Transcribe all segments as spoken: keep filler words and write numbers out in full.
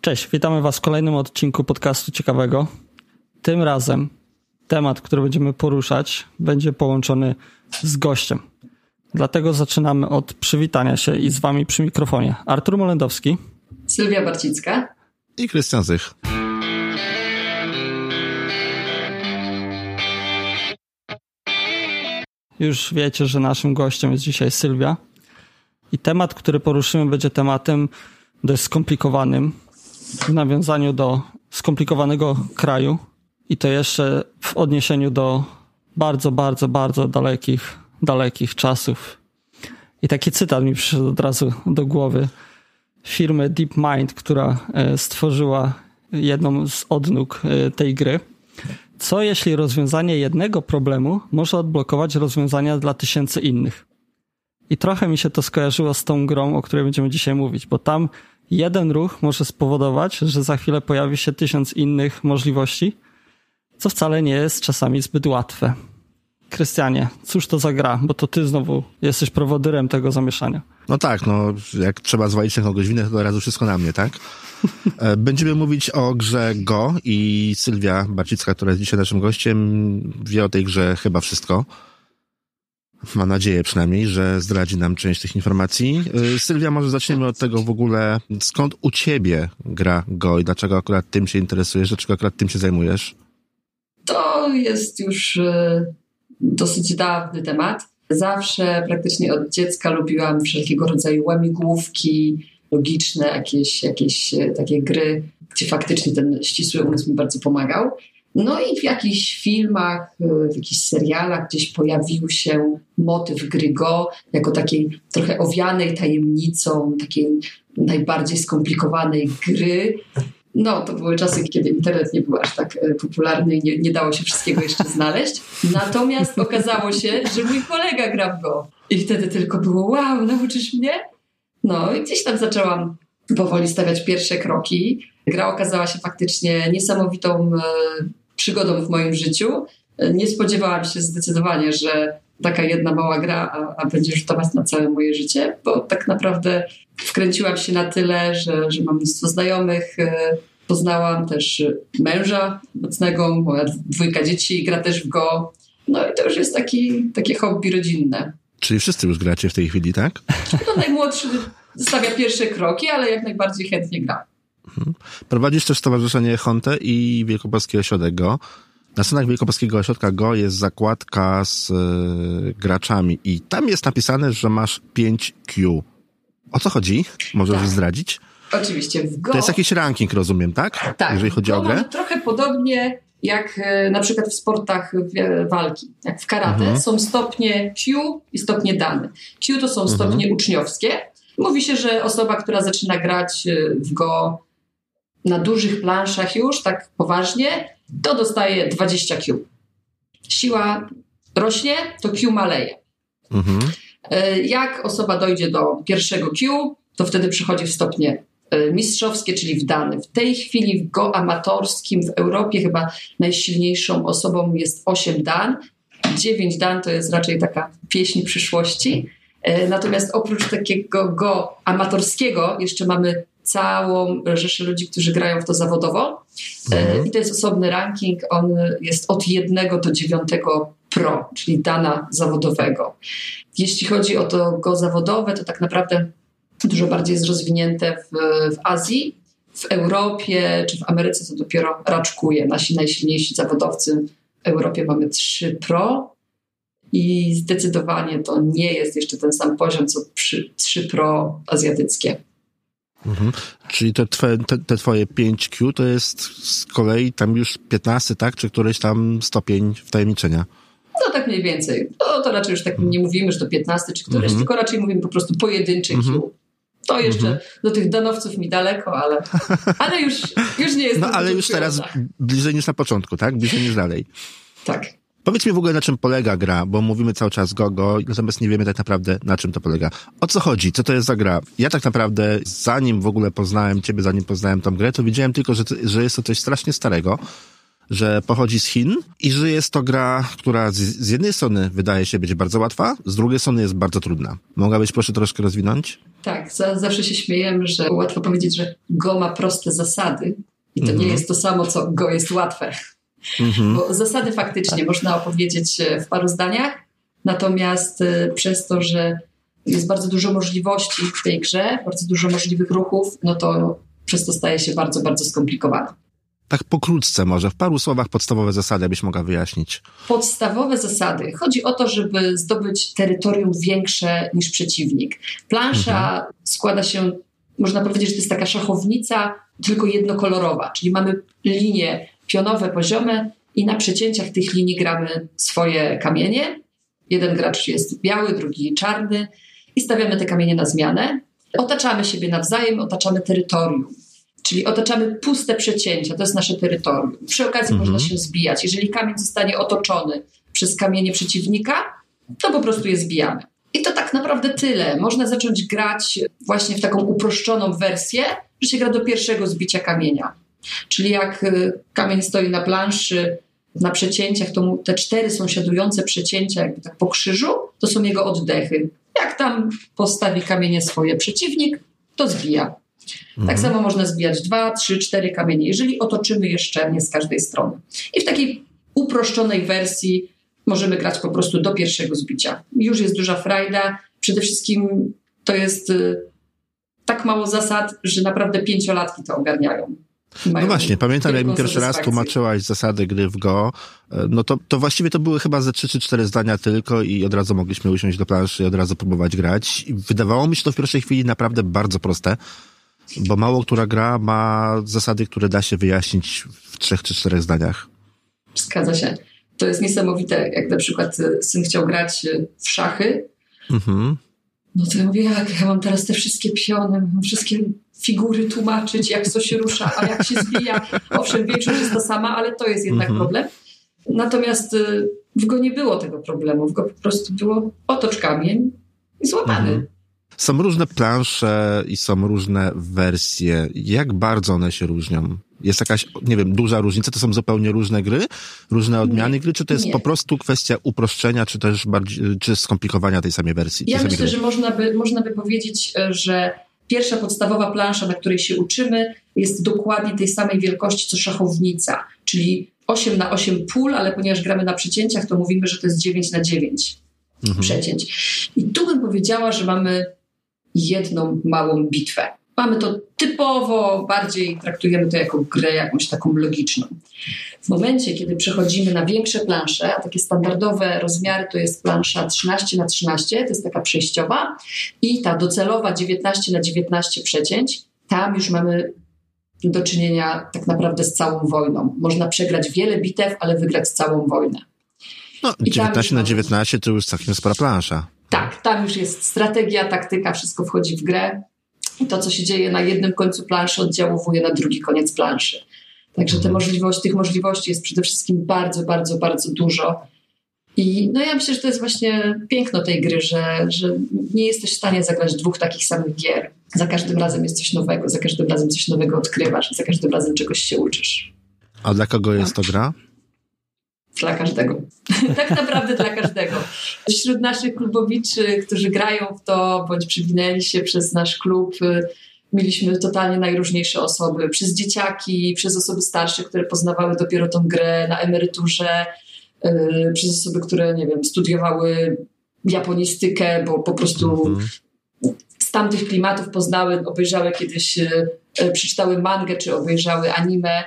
Cześć, witamy Was w kolejnym odcinku podcastu Ciekawego. Tym razem temat, który będziemy poruszać, będzie połączony z gościem. Dlatego zaczynamy od przywitania się i z Wami przy mikrofonie Artur Molendowski, Sylwia Barcicka i Krystian Zych. Już wiecie, że naszym gościem jest dzisiaj Sylwia i temat, który poruszymy, będzie tematem dość skomplikowanym w nawiązaniu do skomplikowanego kraju i to jeszcze w odniesieniu do bardzo, bardzo, bardzo dalekich, dalekich czasów. I taki cytat mi przyszedł od razu do głowy firmy DeepMind, która stworzyła jedną z odnóg tej gry. Co jeśli rozwiązanie jednego problemu może odblokować rozwiązania dla tysięcy innych? I trochę mi się to skojarzyło z tą grą, o której będziemy dzisiaj mówić, bo tam jeden ruch może spowodować, że za chwilę pojawi się tysiąc innych możliwości, co wcale nie jest czasami zbyt łatwe. Krystianie, cóż to za gra? Bo to ty znowu jesteś prowodyrem tego zamieszania. No tak, no jak trzeba zwalić na kogoś winę, to od razu wszystko na mnie, tak? Będziemy mówić o grze Go i Sylwia Barcicka, która jest dzisiaj naszym gościem, wie o tej grze chyba wszystko. Mam nadzieję przynajmniej, że zdradzi nam część tych informacji. Sylwia, może zaczniemy od tego w ogóle, skąd u ciebie gra Go i dlaczego akurat tym się interesujesz, dlaczego akurat tym się zajmujesz? To jest już dosyć dawny temat. Zawsze, praktycznie od dziecka lubiłam wszelkiego rodzaju łamigłówki, logiczne, jakieś, jakieś takie gry, gdzie faktycznie ten ścisły umysł mi bardzo pomagał. No i w jakichś filmach, w jakichś serialach gdzieś pojawił się motyw gry Go jako takiej trochę owianej tajemnicą, takiej najbardziej skomplikowanej gry. No, to były czasy, kiedy internet nie był aż tak popularny i nie, nie dało się wszystkiego jeszcze znaleźć. Natomiast okazało się, że mój kolega gra w Go. I wtedy tylko było, wow, nauczysz mnie? No i gdzieś tam zaczęłam powoli stawiać pierwsze kroki. Gra okazała się faktycznie niesamowitą e, przygodą w moim życiu. Nie spodziewałam się zdecydowanie, że taka jedna mała gra, a, a będzie rzutować na całe moje życie, bo tak naprawdę wkręciłam się na tyle, że, że mam mnóstwo znajomych, e, poznałam też męża obecnego, moja dwójka dzieci gra też w Go. No i to już jest taki, takie hobby rodzinne. Czyli wszyscy już gracie w tej chwili, tak? No najmłodszy stawia pierwsze kroki, ale jak najbardziej chętnie gra. Mhm. Prowadzisz też Stowarzyszenie Honte i Wielkopolski Ośrodek Go. Na stronach Wielkopolskiego Ośrodka Go jest zakładka z y, graczami i tam jest napisane, że masz pięć Q. O co chodzi? Możesz tak zdradzić? Oczywiście. W Go... To jest jakiś ranking, rozumiem, tak? Tak. Jeżeli chodzi o grę? Trochę podobnie jak na przykład w sportach walki. Jak w karate mhm. są stopnie Q i stopnie dane. Q to są stopnie mhm. uczniowskie. Mówi się, że osoba, która zaczyna grać w Go na dużych planszach już, tak poważnie, to dostaje dwadzieścia Q. Siła rośnie, to Q maleje. Mhm. Jak osoba dojdzie do pierwszego Q, to wtedy przechodzi w stopnie mistrzowskie, czyli w dane. W tej chwili w Go amatorskim w Europie chyba najsilniejszą osobą jest osiem dan. dziewięć dan to jest raczej taka pieśń przyszłości. Natomiast oprócz takiego Go amatorskiego jeszcze mamy całą rzeszę ludzi, którzy grają w to zawodowo. Mhm. I to jest osobny ranking. On jest od jednego do dziewiątego pro, czyli dana zawodowego. Jeśli chodzi o to Go zawodowe, to tak naprawdę dużo bardziej jest rozwinięte w, w Azji. W Europie czy w Ameryce to dopiero raczkuje. Nasi najsilniejsi zawodowcy w Europie mamy trzy pro i zdecydowanie to nie jest jeszcze ten sam poziom, co przy trzy pro azjatyckie. Mhm. Czyli te, twoje, te, te twoje pięć Q to jest z kolei tam już piętnasty, tak? Czy któryś tam stopień wtajemniczenia? No tak mniej więcej. No to raczej już tak nie mówimy, że to piętnasty czy któryś, mhm. tylko raczej mówimy po prostu pojedynczy mhm. Q. To jeszcze mhm. do tych danowców mi daleko, ale, ale już, już nie jest. No ale już teraz bliżej niż na początku, tak? Bliżej niż dalej. Tak. Powiedz mi w ogóle, na czym polega gra, bo mówimy cały czas Go, Go, natomiast nie wiemy tak naprawdę, na czym to polega. O co chodzi? Co to jest za gra? Ja tak naprawdę, zanim w ogóle poznałem ciebie, zanim poznałem tą grę, to wiedziałem tylko, że, to, że jest to coś strasznie starego, że pochodzi z Chin i że jest to gra, która z, z jednej strony wydaje się być bardzo łatwa, z drugiej strony jest bardzo trudna. Mogłabyś proszę troszkę rozwinąć? Tak, za, zawsze się śmiejemy, że łatwo powiedzieć, że Go ma proste zasady i to mm-hmm. nie jest to samo, co Go jest łatwe. Mm-hmm. Bo zasady faktycznie można opowiedzieć w paru zdaniach, natomiast przez to, że jest bardzo dużo możliwości w tej grze, bardzo dużo możliwych ruchów, no to przez to staje się bardzo, bardzo skomplikowane. Tak pokrótce może, w paru słowach podstawowe zasady, abyś mogła wyjaśnić. Podstawowe zasady. Chodzi o to, żeby zdobyć terytorium większe niż przeciwnik. Plansza mhm. składa się, można powiedzieć, że to jest taka szachownica, tylko jednokolorowa, czyli mamy linie pionowe, poziome i na przecięciach tych linii gramy swoje kamienie. Jeden gracz jest biały, drugi czarny i stawiamy te kamienie na zmianę. Otaczamy siebie nawzajem, otaczamy terytorium. Czyli otaczamy puste przecięcia, to jest nasze terytorium. Przy okazji mhm. można się zbijać. Jeżeli kamień zostanie otoczony przez kamienie przeciwnika, to po prostu je zbijamy. I to tak naprawdę tyle. Można zacząć grać właśnie w taką uproszczoną wersję, że się gra do pierwszego zbicia kamienia. Czyli jak kamień stoi na planszy, na przecięciach, to mu te cztery sąsiadujące przecięcia jakby tak po krzyżu, to są jego oddechy. Jak tam postawi kamienie swoje przeciwnik, to zbija. Mhm. Tak samo można zbijać dwa, trzy, cztery kamienie, jeżeli otoczymy je szczelnie z każdej strony. I w takiej uproszczonej wersji możemy grać po prostu do pierwszego zbicia. Już jest duża frajda. Przede wszystkim to jest y, tak mało zasad, że naprawdę pięciolatki to ogarniają. No właśnie, pamiętam jak mi pierwszy raz tłumaczyłaś zasady gry w Go, no to, to właściwie to były chyba ze trzy czy cztery zdania tylko i od razu mogliśmy usiąść do planszy i od razu próbować grać. I wydawało mi się to w pierwszej chwili naprawdę bardzo proste, bo mało która gra ma zasady, które da się wyjaśnić w trzech czy czterech zdaniach. Zgadza się. To jest niesamowite, jak na przykład syn chciał grać w szachy, mhm. no to ja mówię, jak ja mam teraz te wszystkie piony, mam wszystkie figury tłumaczyć, jak coś się rusza, a jak się zbija. Owszem, większość jest ta sama, ale to jest jednak mhm. problem. Natomiast w Go nie było tego problemu. W Go po prostu było otocz kamień i złapany. Mhm. Są różne plansze i są różne wersje. Jak bardzo one się różnią? Jest jakaś, nie wiem, duża różnica? To są zupełnie różne gry? Różne odmiany nie, gry? Czy to jest nie. po prostu kwestia uproszczenia, czy też bardziej, czy skomplikowania tej samej wersji? Ja tej myślę, samej że można by, można by powiedzieć, że pierwsza podstawowa plansza, na której się uczymy, jest dokładnie tej samej wielkości co szachownica, czyli osiem na osiem pól, ale ponieważ gramy na przecięciach, to mówimy, że to jest dziewięć na dziewięć mhm. przecięć. I tu bym powiedziała, że mamy jedną małą bitwę. Mamy to typowo, bardziej traktujemy to jako grę jakąś taką logiczną. W momencie, kiedy przechodzimy na większe plansze, a takie standardowe rozmiary to jest plansza trzynaście na trzynaście, to jest taka przejściowa, i ta docelowa dziewiętnaście na dziewiętnaście przecięć, tam już mamy do czynienia tak naprawdę z całą wojną. Można przegrać wiele bitew, ale wygrać całą wojnę. No, dziewiętnaście na dziewiętnaście to już całkiem spora plansza. Tak, tam już jest strategia, taktyka, wszystko wchodzi w grę. I to, co się dzieje na jednym końcu planszy, oddziałuje na drugi koniec planszy. Także te możliwości, tych możliwości jest przede wszystkim bardzo, bardzo, bardzo dużo. I no ja myślę, że to jest właśnie piękno tej gry, że, że nie jesteś w stanie zagrać dwóch takich samych gier. Za każdym razem jest coś nowego, za każdym razem coś nowego odkrywasz, za każdym razem czegoś się uczysz. A dla kogo jest to gra? Dla każdego. Tak naprawdę dla każdego. Wśród naszych klubowiczy, którzy grają w to, bądź przywinęli się przez nasz klub, mieliśmy totalnie najróżniejsze osoby. Przez dzieciaki, przez osoby starsze, które poznawały dopiero tą grę na emeryturze, yy, przez osoby, które, nie wiem, studiowały japonistykę, bo po prostu mhm. z tamtych klimatów poznały, obejrzały kiedyś, yy, przeczytały mangę, czy obejrzały anime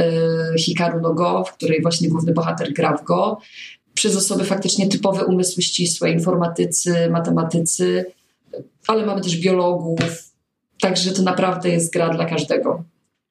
Hikaru no Go, w której właśnie główny bohater gra w Go, przez osoby faktycznie typowe umysły ścisłe, informatycy, matematycy, ale mamy też biologów, także to naprawdę jest gra dla każdego.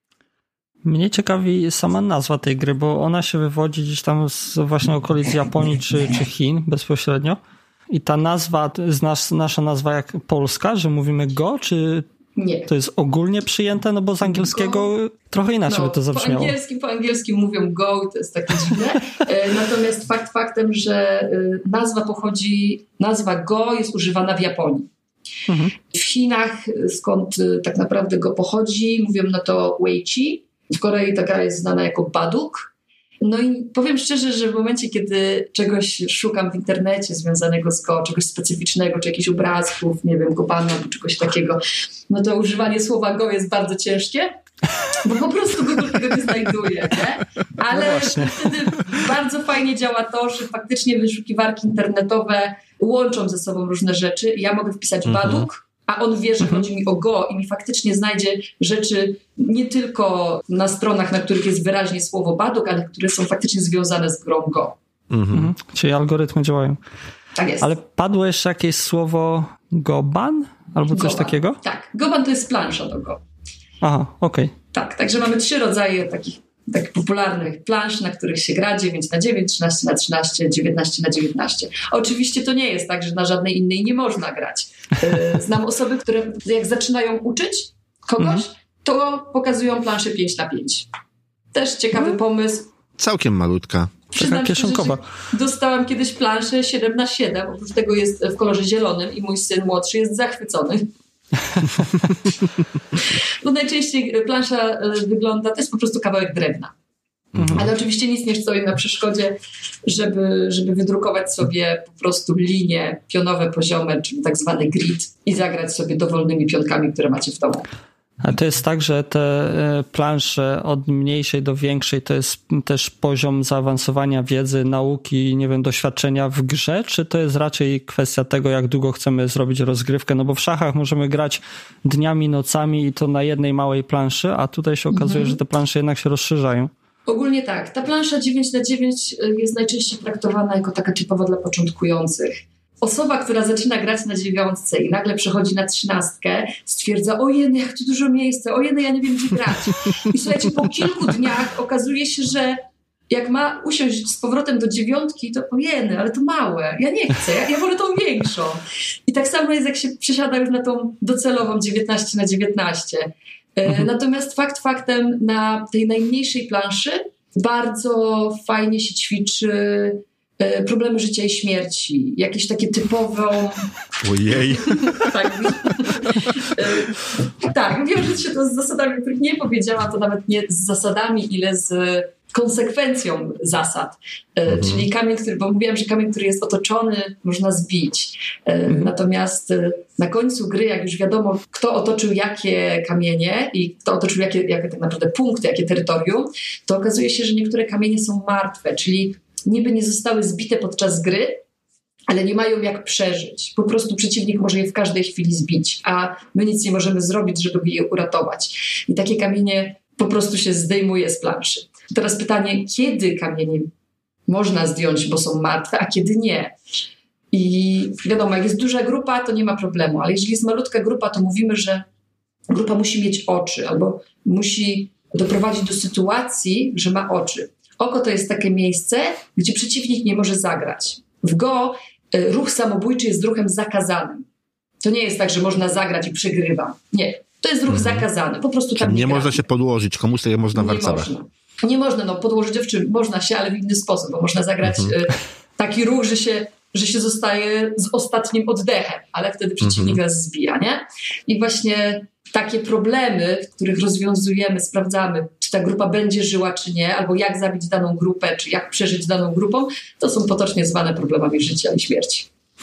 Mnie ciekawi sama nazwa tej gry, bo ona się wywodzi gdzieś tam z właśnie okolic Japonii czy, czy Chin bezpośrednio. I ta nazwa, znasz nasza nazwa jak polska, że mówimy Go, czy nie. To jest ogólnie przyjęte, no bo z angielskiego go, trochę inaczej no, by to zabrzmiało. Po angielskim, po angielskim mówią go, to jest takie dziwne. Natomiast fakt faktem, że nazwa pochodzi, nazwa Go jest używana w Japonii. Mhm. W Chinach, skąd tak naprawdę Go pochodzi, mówią na to Weiqi. W Korei ta gra jest znana jako Baduk. No i powiem szczerze, że w momencie, kiedy czegoś szukam w internecie związanego z Go, czegoś specyficznego, czy jakichś obrazków, nie wiem, Gobana albo czegoś takiego, no to używanie słowa Go jest bardzo ciężkie, bo po prostu Google tego nie znajduje, nie? Ale no wtedy bardzo fajnie działa to, że faktycznie wyszukiwarki internetowe łączą ze sobą różne rzeczy. Ja mogę wpisać mhm. Baduk, a on wie, że chodzi mi o Go i mi faktycznie znajdzie rzeczy nie tylko na stronach, na których jest wyraźnie słowo Baduk, ale które są faktycznie związane z grą Go. Mhm. Czyli algorytmy działają. Tak jest. Ale padło jeszcze jakieś słowo Goban? Albo coś Goban. takiego? Tak. Goban to jest plansza do Go. Aha, okej. Okay. Tak, także mamy trzy rodzaje takich, takich popularnych plansz, na których się gra dziewięć na dziewięć, trzynaście na trzynaście, dziewiętnaście na dziewiętnaście. Oczywiście to nie jest tak, że na żadnej innej nie można grać. Znam osoby, które jak zaczynają uczyć kogoś, mhm. to pokazują planszę pięć na pięć. Też ciekawy mhm. pomysł. Całkiem malutka. Przyznam się, że dostałam kiedyś planszę siedem na siedem, oprócz tego jest w kolorze zielonym i mój syn młodszy jest zachwycony. Bo najczęściej plansza wygląda, to jest po prostu kawałek drewna. Mhm. Ale oczywiście nic nie stoi na przeszkodzie, żeby, żeby wydrukować sobie po prostu linie pionowe, poziome, czyli tak zwany grid i zagrać sobie dowolnymi pionkami, które macie w domu. A to jest tak, że te plansze od mniejszej do większej to jest też poziom zaawansowania wiedzy, nauki, nie wiem, doświadczenia w grze, czy to jest raczej kwestia tego, jak długo chcemy zrobić rozgrywkę? No bo w szachach możemy grać dniami, nocami i to na jednej małej planszy, a tutaj się okazuje, mhm. że te plansze jednak się rozszerzają. Ogólnie tak. Ta plansza dziewięć na dziewięć jest najczęściej traktowana jako taka typowa dla początkujących. Osoba, która zaczyna grać na dziewiątce i nagle przechodzi na trzynastkę, stwierdza, ojej, jak tu dużo miejsca, ojej, ja nie wiem, gdzie grać. I słuchajcie, po kilku dniach okazuje się, że jak ma usiąść z powrotem do dziewiątki, to ojej, ale to małe, ja nie chcę, ja, ja wolę tą większą. I tak samo jest, jak się przesiada już na tą docelową dziewiętnaście na dziewiętnaście. Mhm. Natomiast fakt faktem na tej najmniejszej planszy bardzo fajnie się ćwiczy problemy życia i śmierci, jakieś takie typową... Ojej. tak. tak, wiąże się to z zasadami, których nie powiedziałam, to nawet nie z zasadami, ile z konsekwencją zasad. Mhm. Czyli kamień, który, bo mówiłam, że kamień, który jest otoczony, można zbić. Mhm. Natomiast na końcu gry, jak już wiadomo, kto otoczył jakie kamienie i kto otoczył jakie, jakie tak naprawdę punkty, jakie terytorium, to okazuje się, że niektóre kamienie są martwe, czyli niby nie zostały zbite podczas gry, ale nie mają jak przeżyć. Po prostu przeciwnik może je w każdej chwili zbić, a my nic nie możemy zrobić, żeby je uratować. I takie kamienie po prostu się zdejmuje z planszy. Teraz pytanie, kiedy kamienie można zdjąć, bo są martwe, a kiedy nie? I wiadomo, jak jest duża grupa, to nie ma problemu, ale jeżeli jest malutka grupa, to mówimy, że grupa musi mieć oczy albo musi doprowadzić do sytuacji, że ma oczy. Oko to jest takie miejsce, gdzie przeciwnik nie może zagrać. W Go y, ruch samobójczy jest ruchem zakazanym. To nie jest tak, że można zagrać i przegrywa. Nie, to jest ruch mhm. zakazany. Po prostu tam nie, nie można się podłożyć, komuś sobie można nie warcawać. Można. Nie można, no podłożyć w czym? Można się, ale w inny sposób, bo można zagrać mhm. y, taki ruch, że się, że się zostaje z ostatnim oddechem, ale wtedy przeciwnik mhm. nas zbija, nie? I właśnie takie problemy, których rozwiązujemy, sprawdzamy, czy ta grupa będzie żyła, czy nie, albo jak zabić daną grupę, czy jak przeżyć daną grupą, to są potocznie zwane problemami życia i śmierci.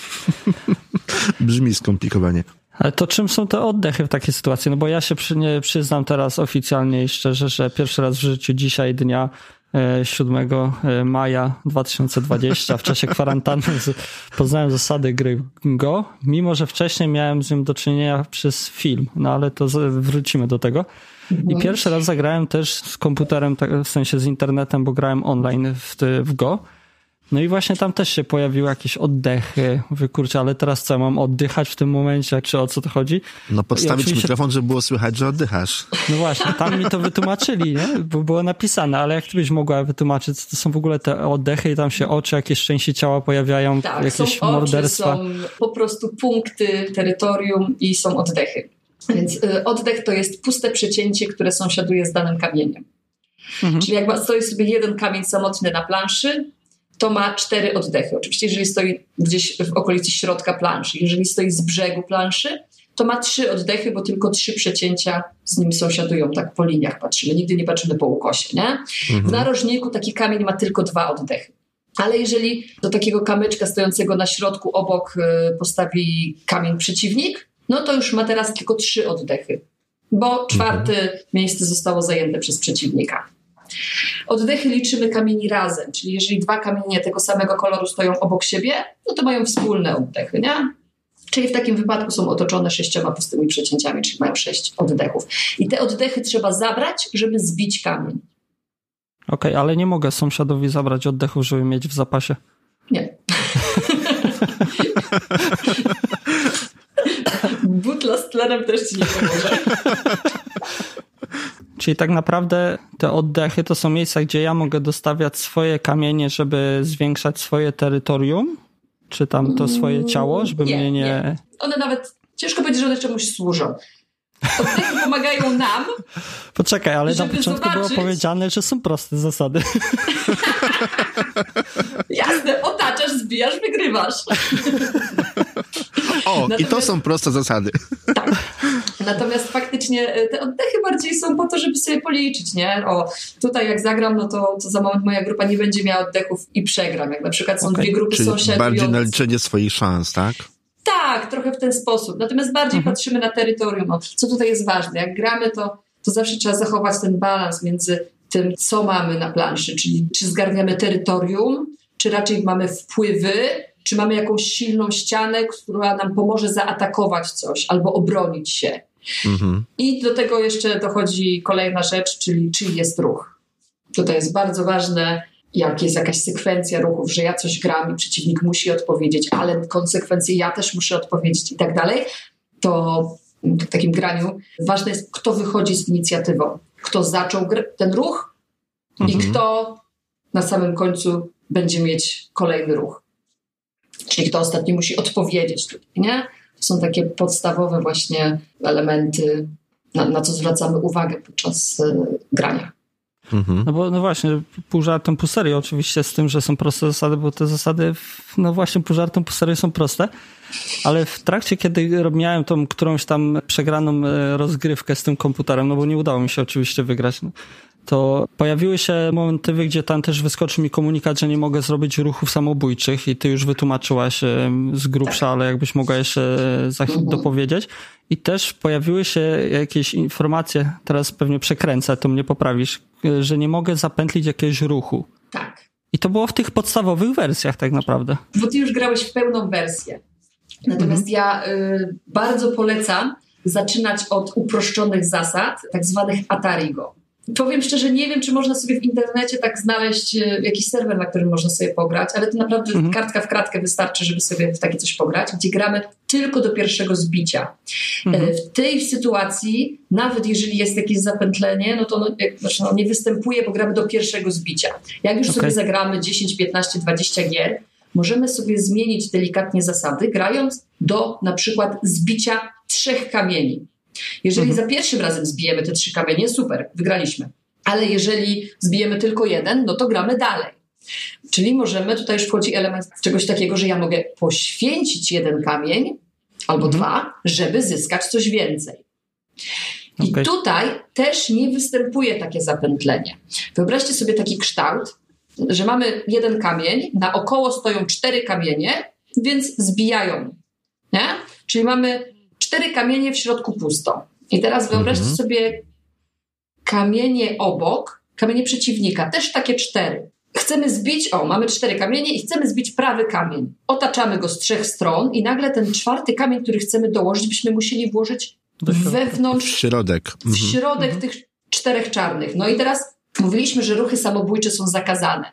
Brzmi skomplikowanie. Ale to czym są te oddechy w takiej sytuacji? No bo ja się przy, nie przyznam teraz oficjalnie i szczerze, że pierwszy raz w życiu dzisiaj dnia siódmego maja dwa tysiące dwudziestego w czasie kwarantanny poznałem zasady gry Go, mimo że wcześniej miałem z nim do czynienia przez film, no ale to wrócimy do tego. I pierwszy raz zagrałem też z komputerem, w sensie z internetem, bo grałem online w, w Go. No i właśnie tam też się pojawiły jakieś oddechy. Mówię, kurczę, ale teraz co, mam oddychać w tym momencie, czy o co to chodzi? No podstawić oczywiście... mikrofon, żeby było słychać, że oddychasz. No właśnie, tam mi to wytłumaczyli, nie? Bo było napisane, ale jak ty byś mogła wytłumaczyć, co to są w ogóle te oddechy i tam się oczy, jakieś części ciała pojawiają, tak, jakieś są morderstwa. Oczy, są po prostu punkty, terytorium i są oddechy. Więc y, oddech to jest puste przecięcie, które sąsiaduje z danym kamieniem. Mhm. Czyli jak stoi sobie jeden kamień samotny na planszy, to ma cztery oddechy. Oczywiście, jeżeli stoi gdzieś w okolicy środka planszy. Jeżeli stoi z brzegu planszy, to ma trzy oddechy, bo tylko trzy przecięcia z nim sąsiadują, tak po liniach patrzymy, nigdy nie patrzymy po ukosie, nie? Mhm. W narożniku taki kamień ma tylko dwa oddechy. Ale jeżeli do takiego kamyczka stojącego na środku obok postawi kamień przeciwnik, no to już ma teraz tylko trzy oddechy, bo czwarte mhm. miejsce zostało zajęte przez przeciwnika. Oddechy liczymy kamieni razem, czyli jeżeli dwa kamienie tego samego koloru stoją obok siebie, no to mają wspólne oddechy, nie? Czyli w takim wypadku są otoczone sześcioma pustymi przecięciami, czyli mają sześć oddechów. I te oddechy trzeba zabrać, żeby zbić kamień. Okej, okay, ale nie mogę sąsiadowi zabrać oddechów, żeby mieć w zapasie. Nie. Butla z tlenem też ci nie pomoże. Czyli tak naprawdę te oddechy to są miejsca, gdzie ja mogę dostawiać swoje kamienie, żeby zwiększać swoje terytorium? Czy tam to swoje ciało, żeby nie, mnie nie... nie... One nawet, ciężko powiedzieć, że one czemuś służą. Oddechy pomagają nam. Poczekaj, ale na początku zobaczyć... było powiedziane, że są proste zasady. Jasne, otaczasz, zbijasz, wygrywasz. O, natomiast... i to są proste zasady. Tak. Natomiast faktycznie te oddechy bardziej są po to, żeby sobie policzyć, nie? O, tutaj jak zagram, no to, to za moment moja grupa nie będzie miała oddechów i przegram. Jak na przykład są okay. dwie grupy Czyli sąsiadujące. Bardziej na liczenie swoich szans, tak? Tak, trochę w ten sposób. Natomiast bardziej mhm. patrzymy na terytorium. O, co tutaj jest ważne? Jak gramy, to, to zawsze trzeba zachować ten balans między tym, co mamy na planszy, czyli czy zgarniamy terytorium, czy raczej mamy wpływy, czy mamy jakąś silną ścianę, która nam pomoże zaatakować coś albo obronić się. Mhm. I do tego jeszcze dochodzi kolejna rzecz, czyli czyj jest ruch. Tutaj jest bardzo ważne, jak jest jakaś sekwencja ruchów, że ja coś gram i przeciwnik musi odpowiedzieć, ale konsekwencje ja też muszę odpowiedzieć i tak dalej, to w takim graniu ważne jest, kto wychodzi z inicjatywą. Kto zaczął gr- ten ruch mhm. i kto na samym końcu będzie mieć kolejny ruch. Czyli kto ostatni musi odpowiedzieć tutaj, nie? To są takie podstawowe właśnie elementy, na, na co zwracamy uwagę podczas y, grania. Mhm. No bo no właśnie, pół żartem, pół serio oczywiście z tym, że są proste zasady, bo te zasady, no właśnie pół żartem, pół serio są proste, ale w trakcie, kiedy miałem tą którąś tam przegraną rozgrywkę z tym komputerem, no bo nie udało mi się oczywiście wygrać, no, to pojawiły się momenty, gdzie tam też wyskoczył mi komunikat, że nie mogę zrobić ruchów samobójczych i ty już wytłumaczyłaś z grubsza, ale jakbyś mogła jeszcze za chwilę dopowiedzieć. I też pojawiły się jakieś informacje, teraz pewnie przekręcę, to mnie poprawisz, że nie mogę zapętlić jakiegoś ruchu. Tak. I to było w tych podstawowych wersjach tak naprawdę. Bo ty już grałeś w pełną wersję. Natomiast mhm. ja y, bardzo polecam zaczynać od uproszczonych zasad, tak zwanych Atarigo. Powiem szczerze, nie wiem, czy można sobie w internecie tak znaleźć jakiś serwer, na którym można sobie pograć, ale to naprawdę mhm. kartka w kratkę wystarczy, żeby sobie w takie coś pograć, gdzie gramy tylko do pierwszego zbicia. Mhm. W tej sytuacji, nawet jeżeli jest jakieś zapętlenie, no to no, znaczy no, nie występuje, bo gramy do pierwszego zbicia. Jak już okay. sobie zagramy dziesięć, piętnaście, dwadzieścia gier, możemy sobie zmienić delikatnie zasady, grając do na przykład zbicia trzech kamieni. Jeżeli mhm. za pierwszym razem zbijemy te trzy kamienie, super, wygraliśmy. Ale jeżeli zbijemy tylko jeden, no to gramy dalej. Czyli możemy, tutaj już wchodzi element czegoś takiego, że ja mogę poświęcić jeden kamień albo mhm. dwa, żeby zyskać coś więcej. I okay. tutaj też nie występuje takie zapętlenie. Wyobraźcie sobie taki kształt, że mamy jeden kamień, naokoło stoją cztery kamienie, więc zbijają. Nie? Czyli mamy cztery kamienie, w środku pusto. I teraz wyobraźcie mhm. sobie kamienie obok, kamienie przeciwnika, też takie cztery. Chcemy zbić, o, mamy cztery kamienie i chcemy zbić prawy kamień. Otaczamy go z trzech stron i nagle ten czwarty kamień, który chcemy dołożyć, byśmy musieli włożyć wewnątrz, w środek, w środek mhm. tych czterech czarnych. No i teraz mówiliśmy, że ruchy samobójcze są zakazane.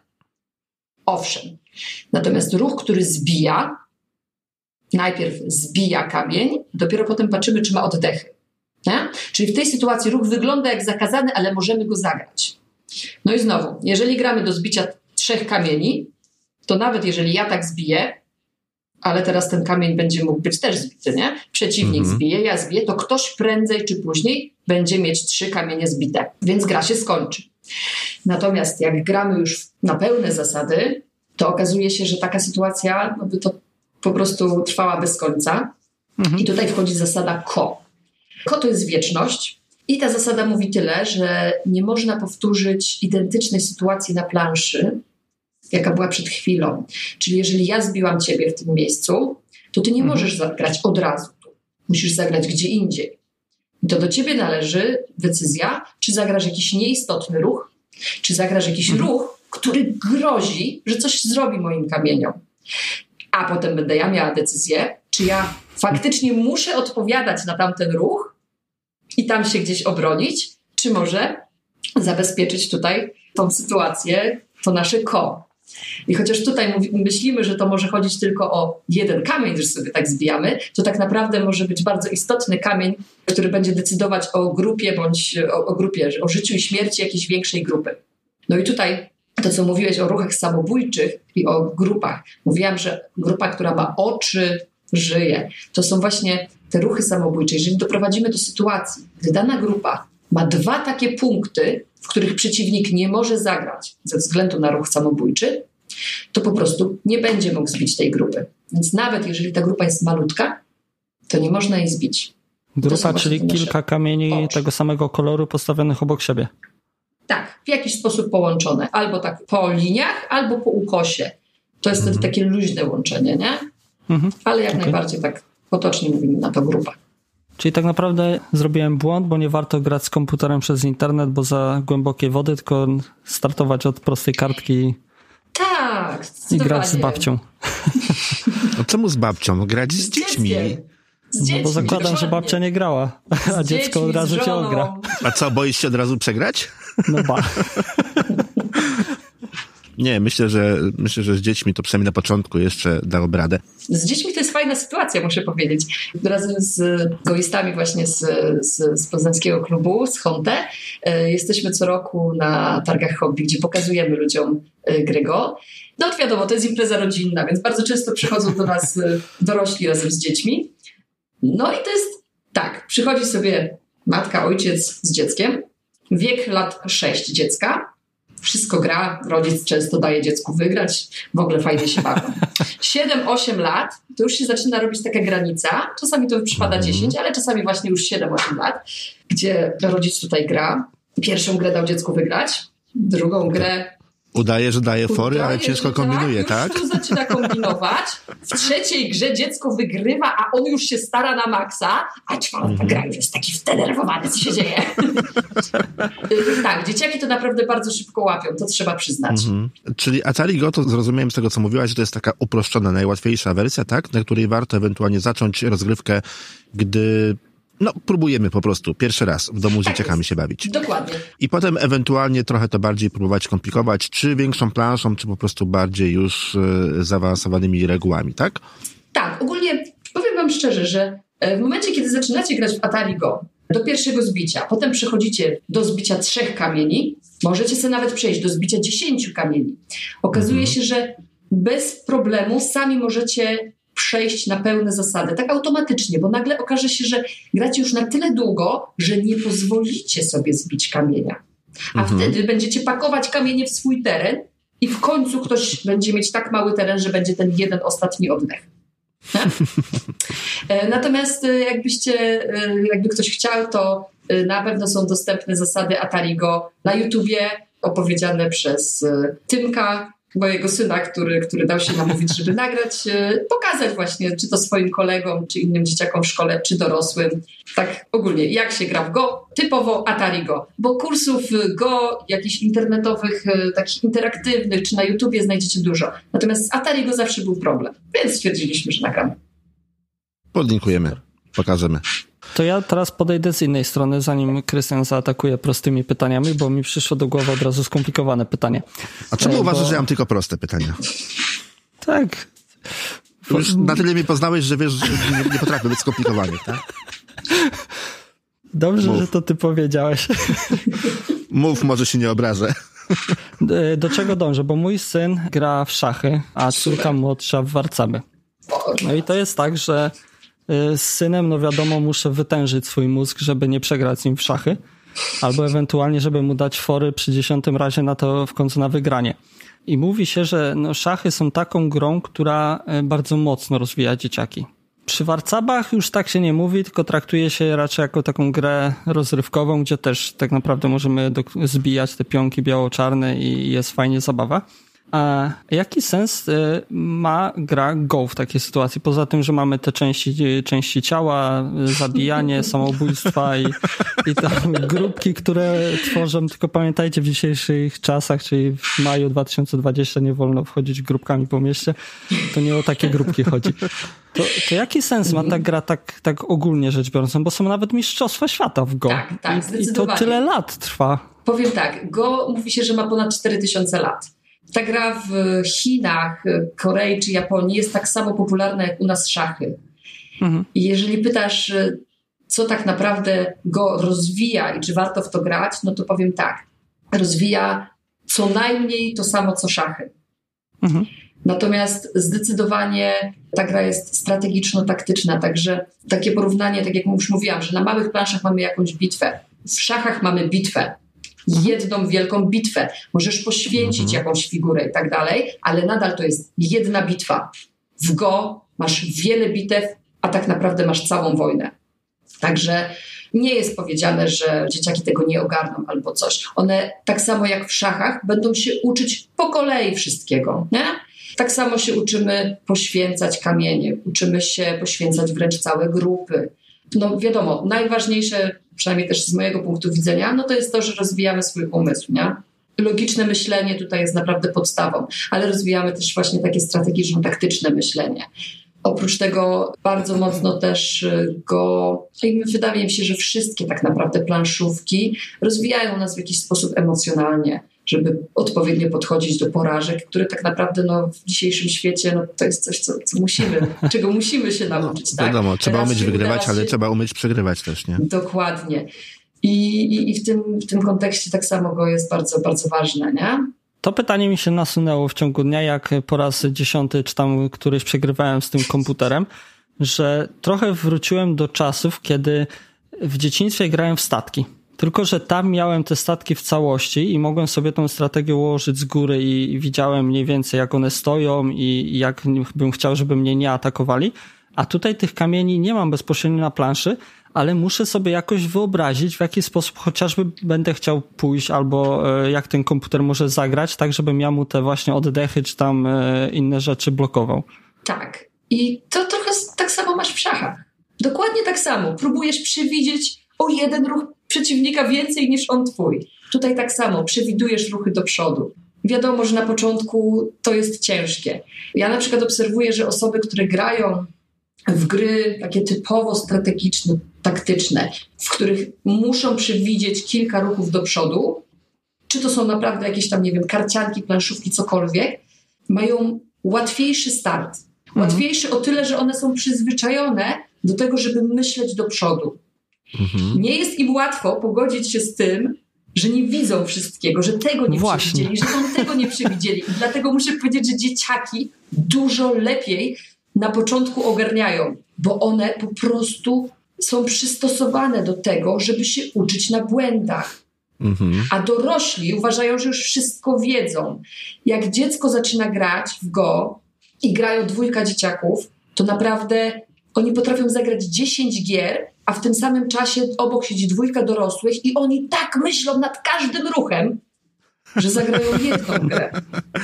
Owszem. Natomiast ruch, który zbija, najpierw zbija kamień, dopiero potem patrzymy, czy ma oddechy. Nie? Czyli w tej sytuacji ruch wygląda jak zakazany, ale możemy go zagrać. No i znowu, jeżeli gramy do zbicia trzech kamieni, to nawet jeżeli ja tak zbiję, ale teraz ten kamień będzie mógł być też zbity, nie? Przeciwnik mhm. zbije, ja zbiję, to ktoś prędzej czy później będzie mieć trzy kamienie zbite, więc gra się skończy. Natomiast jak gramy już na pełne zasady, to okazuje się, że taka sytuacja no by to po prostu trwała bez końca, Mhm. I tutaj wchodzi zasada ko. Ko to jest wieczność i ta zasada mówi tyle, że nie można powtórzyć identycznej sytuacji na planszy, jaka była przed chwilą. Czyli jeżeli ja zbiłam ciebie w tym miejscu, to ty nie mhm. możesz zagrać od razu. Musisz zagrać gdzie indziej. I to do ciebie należy decyzja, czy zagrasz jakiś nieistotny ruch, czy zagrasz jakiś mhm. ruch, który grozi, że coś zrobi moim kamieniom. A potem będę ja miała decyzję, czy ja faktycznie muszę odpowiadać na tamten ruch i tam się gdzieś obronić, czy może zabezpieczyć tutaj tą sytuację, to nasze ko. I chociaż tutaj myślimy, że to może chodzić tylko o jeden kamień, że sobie tak zbijamy, to tak naprawdę może być bardzo istotny kamień, który będzie decydować o grupie bądź o, o grupie, o życiu i śmierci jakiejś większej grupy. No i tutaj to, co mówiłeś o ruchach samobójczych i o grupach. Mówiłam, że grupa, która ma oczy, żyje. To są właśnie te ruchy samobójcze. Jeżeli doprowadzimy do sytuacji, gdy dana grupa ma dwa takie punkty, w których przeciwnik nie może zagrać ze względu na ruch samobójczy, to po prostu nie będzie mógł zbić tej grupy. Więc nawet jeżeli ta grupa jest malutka, to nie można jej zbić. Grupa, czyli kilka kamieni oczy. Tego samego koloru postawionych obok siebie. Tak, w jakiś sposób połączone. Albo tak po liniach, albo po ukosie. To jest wtedy takie luźne łączenie, nie? Mhm. Ale jak okay. najbardziej tak potocznie mówimy na to grupa. Czyli tak naprawdę zrobiłem błąd, bo nie warto grać z komputerem przez internet, bo za głębokiej wody, tylko startować od prostej kartki tak, i grać z babcią. No czemu z babcią? Grać z, z dziećmi. Z dziećmi. No bo zakładam, dokładnie. Że babcia nie grała, a z dziecko dziećmi, od razu się ogra. A co, boisz się od razu przegrać? No ba. Nie, myślę, że myślę, że z dziećmi to przynajmniej na początku jeszcze dałoby radę. Z dziećmi to jest fajna sytuacja, muszę powiedzieć. Razem z goistami właśnie z, z, z poznańskiego klubu, z Honte, jesteśmy co roku na targach hobby, gdzie pokazujemy ludziom grę Go. No wiadomo, to jest impreza rodzinna, więc bardzo często przychodzą do nas dorośli razem z dziećmi. No i to jest tak, przychodzi sobie matka, ojciec z dzieckiem, wiek lat sześć dziecka, wszystko gra, rodzic często daje dziecku wygrać, w ogóle fajnie się bawią. siedem osiem lat, to już się zaczyna robić taka granica, czasami to przypada dziesięć, ale czasami właśnie już siedem osiem lat, gdzie rodzic tutaj gra. Pierwszą grę dał dziecku wygrać, drugą grę udaje, że daje fory, udaje, ale ciężko kombinuje, tak? Już tu zaczyna kombinować. W trzeciej grze dziecko wygrywa, a on już się stara na maksa, a czwarta mm-hmm. gra już jest taki wdenerwowany, co się dzieje. Tak, dzieciaki to naprawdę bardzo szybko łapią, to trzeba przyznać. Mm-hmm. Czyli Atari Go, to zrozumiałem z tego, co mówiłaś, że to jest taka uproszczona, najłatwiejsza wersja, tak? Na której warto ewentualnie zacząć rozgrywkę, gdy no, próbujemy po prostu pierwszy raz w domu z tak dzieciakami jest. Się bawić. Dokładnie. I potem ewentualnie trochę to bardziej próbować komplikować, czy większą planszą, czy po prostu bardziej już y, zaawansowanymi regułami, tak? Tak, ogólnie powiem wam szczerze, że w momencie, kiedy zaczynacie grać w Atari Go do pierwszego zbicia, potem przechodzicie do zbicia trzech kamieni, możecie sobie nawet przejść do zbicia dziesięciu kamieni. Okazuje mhm. się, że bez problemu sami możecie przejść na pełne zasady, tak automatycznie, bo nagle okaże się, że gracie już na tyle długo, że nie pozwolicie sobie zbić kamienia. A mhm. wtedy będziecie pakować kamienie w swój teren i w końcu ktoś będzie mieć tak mały teren, że będzie ten jeden ostatni oddech. Natomiast jakbyście, jakby ktoś chciał, to na pewno są dostępne zasady Atari Go na YouTubie, opowiedziane przez Tymka, mojego syna, który, który dał się namówić, żeby nagrać, pokazać właśnie, czy to swoim kolegom, czy innym dzieciakom w szkole, czy dorosłym. Tak ogólnie, jak się gra w Go, typowo Atari Go. Bo kursów Go, jakichś internetowych, takich interaktywnych, czy na YouTubie znajdziecie dużo. Natomiast z Atari Go zawsze był problem, więc stwierdziliśmy, że nagramy. Podlinkujemy, pokażemy. To ja teraz podejdę z innej strony, zanim Krystian zaatakuje prostymi pytaniami, bo mi przyszło do głowy od razu skomplikowane pytanie. A czemu bo... uważasz, że ja mam tylko proste pytania? Tak. Już na tyle mnie poznałeś, że wiesz, że nie, nie potrafię być skomplikowany, tak? Dobrze, Mów. że to ty powiedziałeś. Mów, może się nie obrażę. Do czego dążę? Bo mój syn gra w szachy, a córka młodsza w warcaby. No i to jest tak, że z synem, no wiadomo, muszę wytężyć swój mózg, żeby nie przegrać z nim w szachy, albo ewentualnie, żeby mu dać fory przy dziesiątym razie na to w końcu na wygranie. I mówi się, że no, szachy są taką grą, która bardzo mocno rozwija dzieciaki. Przy warcabach już tak się nie mówi, tylko traktuje się raczej jako taką grę rozrywkową, gdzie też tak naprawdę możemy do, zbijać te pionki biało-czarne i jest fajnie zabawa. A jaki sens ma gra Go w takiej sytuacji? Poza tym, że mamy te części, części ciała, zabijanie, samobójstwa i, i tam grupki, które tworzą, tylko pamiętajcie, w dzisiejszych czasach, czyli w maju dwa tysiące dwudziestym nie wolno wchodzić grupkami po mieście, to nie o takie grupki chodzi. To, to jaki sens ma ta gra tak, tak ogólnie rzecz biorąc? Bo są nawet mistrzostwa świata w Go. Tak, tak, I, zdecydowanie. I to tyle lat trwa. Powiem tak, Go mówi się, że ma ponad cztery tysiące lat. Ta gra w Chinach, Korei czy Japonii jest tak samo popularna jak u nas szachy. Mhm. I jeżeli pytasz, co tak naprawdę Go rozwija i czy warto w to grać, no to powiem tak. Rozwija co najmniej to samo co szachy. Mhm. Natomiast zdecydowanie ta gra jest strategiczno-taktyczna, także takie porównanie, tak jak już mówiłam, że na małych planszach mamy jakąś bitwę, w szachach mamy bitwę. Jedną wielką bitwę. Możesz poświęcić mhm. jakąś figurę i tak dalej, ale nadal to jest jedna bitwa. W Go masz wiele bitew, a tak naprawdę masz całą wojnę. Także nie jest powiedziane, że dzieciaki tego nie ogarną albo coś. One tak samo jak w szachach będą się uczyć po kolei wszystkiego, nie? Tak samo się uczymy poświęcać kamienie, uczymy się poświęcać wręcz całe grupy. No wiadomo, najważniejsze, przynajmniej też z mojego punktu widzenia, no to jest to, że rozwijamy swój umysł, nie? Logiczne myślenie tutaj jest naprawdę podstawą, ale rozwijamy też właśnie takie strategiczno-taktyczne myślenie. Oprócz tego bardzo mocno też go, i wydaje mi się, że wszystkie tak naprawdę planszówki rozwijają nas w jakiś sposób emocjonalnie, żeby odpowiednio podchodzić do porażek, które tak naprawdę no, w dzisiejszym świecie no, to jest coś, co, co musimy, czego musimy się nauczyć. No, wiadomo, tak? trzeba Teraz umieć wygrywać, się... ale trzeba umieć przegrywać też, nie? Dokładnie. I, i, i w, tym, w tym kontekście tak samo Go jest bardzo, bardzo ważne, nie? To pytanie mi się nasunęło w ciągu dnia, jak po raz dziesiąty, czy tam któryś przegrywałem z tym komputerem, że trochę wróciłem do czasów, kiedy w dzieciństwie grałem w statki. Tylko że tam miałem te statki w całości i mogłem sobie tą strategię ułożyć z góry i widziałem mniej więcej, jak one stoją i jak bym chciał, żeby mnie nie atakowali. A tutaj tych kamieni nie mam bezpośrednio na planszy, ale muszę sobie jakoś wyobrazić, w jaki sposób chociażby będę chciał pójść albo jak ten komputer może zagrać, tak żebym ja mu te właśnie oddechy czy tam inne rzeczy blokował. Tak. I to trochę tak samo masz w szachach. Dokładnie tak samo. Próbujesz przewidzieć o jeden ruch przeciwnika więcej niż on twój. Tutaj tak samo. Przewidujesz ruchy do przodu. Wiadomo, że na początku to jest ciężkie. Ja na przykład obserwuję, że osoby, które grają w gry takie typowo strategiczne, taktyczne, w których muszą przewidzieć kilka ruchów do przodu, czy to są naprawdę jakieś tam, nie wiem, karcianki, planszówki, cokolwiek, mają łatwiejszy start. Mhm. Łatwiejszy o tyle, że one są przyzwyczajone do tego, żeby myśleć do przodu. Mhm. Nie jest im łatwo pogodzić się z tym, że nie widzą wszystkiego, że tego nie Właśnie. przewidzieli, że tam tego nie przewidzieli. I dlatego muszę powiedzieć, że dzieciaki dużo lepiej na początku ogarniają, bo one po prostu są przystosowane do tego, żeby się uczyć na błędach. Mhm. A dorośli uważają, że już wszystko wiedzą. Jak dziecko zaczyna grać w Go i grają dwójka dzieciaków, to naprawdę oni potrafią zagrać dziesięć gier, a w tym samym czasie obok siedzi dwójka dorosłych i oni tak myślą nad każdym ruchem, że zagrają jedną grę.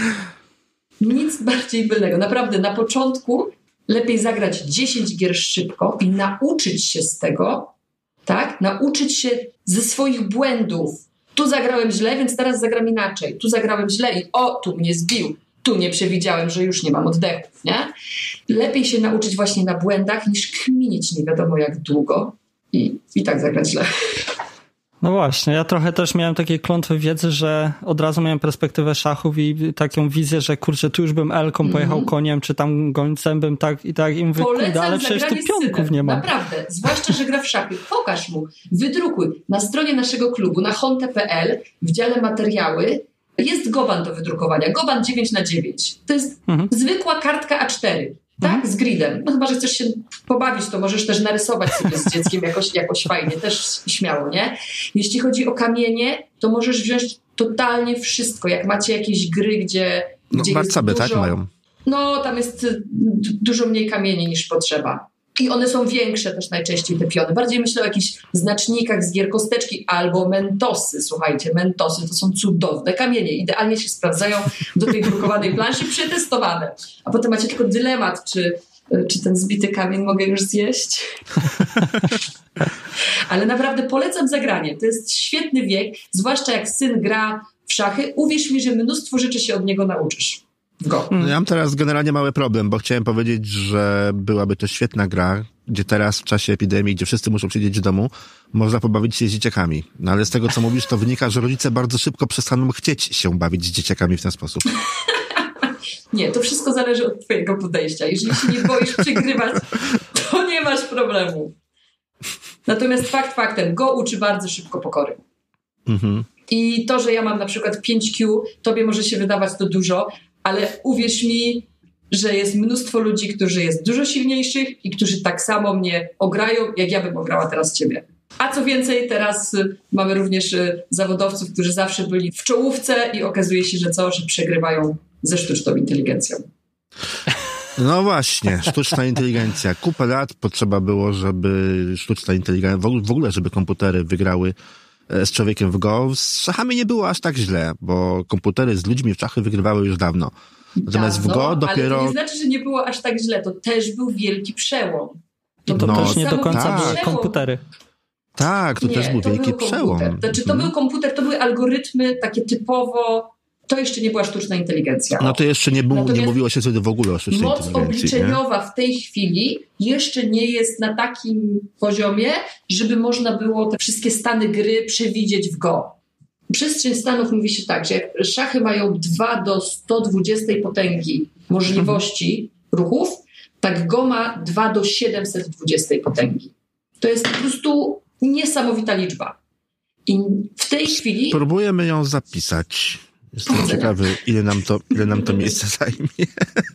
Nic bardziej mylnego. Naprawdę na początku lepiej zagrać dziesięć gier szybko i nauczyć się z tego, tak? Nauczyć się ze swoich błędów. Tu zagrałem źle, więc teraz zagram inaczej. Tu zagrałem źle i o, tu mnie zbił. Tu nie przewidziałem, że już nie mam oddechów, nie? Lepiej się nauczyć właśnie na błędach, niż kminić nie wiadomo jak długo i, i tak zagrać źle. No właśnie, ja trochę też miałem takie klątwy wiedzy, że od razu miałem perspektywę szachów i taką wizję, że kurczę, tu już bym elką mm-hmm. pojechał koniem, czy tam gońcem bym tak i tak i mówię, kurde, ale przecież tu pionków nie ma. Naprawdę, zwłaszcza, że gra w szachy. Pokaż mu, wydrukuj. Na stronie naszego klubu, na honte kropka pe el, w dziale materiały, jest Goban do wydrukowania. Goban dziewięć na dziewięć. To jest mhm. zwykła kartka a cztery. Tak? Mhm. Z gridem. No chyba, że chcesz się pobawić, to możesz też narysować sobie z dzieckiem jakoś, jakoś fajnie. Też śmiało, nie? Jeśli chodzi o kamienie, to możesz wziąć totalnie wszystko. Jak macie jakieś gry, gdzie, no, gdzie warcaby, jest dużo... tak? Mają. No, tam jest dużo mniej kamieni niż potrzeba. I one są większe też najczęściej, te piony. Bardziej myślę o jakichś znacznikach z gier kosteczki albo mentosy. Słuchajcie, mentosy to są cudowne kamienie. Idealnie się sprawdzają do tej drukowanej planszy, przetestowane. A potem macie tylko dylemat, czy, czy ten zbity kamień mogę już zjeść. Ale naprawdę polecam zagranie. To jest świetny wiek, zwłaszcza jak syn gra w szachy. Uwierz mi, że mnóstwo rzeczy się od niego nauczysz. Go. No ja mam teraz generalnie mały problem, bo chciałem powiedzieć, że byłaby to świetna gra, gdzie teraz w czasie epidemii, gdzie wszyscy muszą siedzieć w domu, można pobawić się z dzieciakami. No ale z tego, co mówisz, to wynika, że rodzice bardzo szybko przestaną chcieć się bawić z dzieciakami w ten sposób. Nie, to wszystko zależy od twojego podejścia. Jeżeli się nie boisz przegrywać, to nie masz problemu. Natomiast fakt faktem, Go uczy bardzo szybko pokory. Mhm. I to, że ja mam na przykład pięć Q, tobie może się wydawać to dużo, ale uwierz mi, że jest mnóstwo ludzi, którzy jest dużo silniejszych i którzy tak samo mnie ograją, jak ja bym ograła teraz ciebie. A co więcej, teraz mamy również zawodowców, którzy zawsze byli w czołówce i okazuje się, że co, że przegrywają ze sztuczną inteligencją. No właśnie, sztuczna inteligencja. Kupę lat potrzeba było, żeby sztuczna inteligencja, w ogóle żeby komputery wygrały z człowiekiem w Go. Z szachami nie było aż tak źle, bo komputery z ludźmi w szachy wygrywały już dawno. Natomiast dawno, w Go dopiero... Ale to nie znaczy, że nie było aż tak źle. To też był wielki przełom. To, to no, też nie do końca tak. były komputery. Tak, to nie, też był to wielki był przełom. Znaczy, to był komputer, to były algorytmy takie typowo... To jeszcze nie była sztuczna inteligencja. No to jeszcze nie, był, nie mówiło się wtedy w ogóle o sztucznej moc inteligencji. Moc obliczeniowa nie? w tej chwili jeszcze nie jest na takim poziomie, żeby można było te wszystkie stany gry przewidzieć w Go. Przestrzeń stanów mówi się tak, że jak szachy mają dwa do sto dwudziestej potęgi możliwości mhm. ruchów, tak Go ma dwa do siedemset dwudziestej potęgi. To jest po prostu niesamowita liczba. I w tej chwili... Spróbujemy ją zapisać. Jestem ciekawy, ile nam to, ile nam to miejsce zajmie.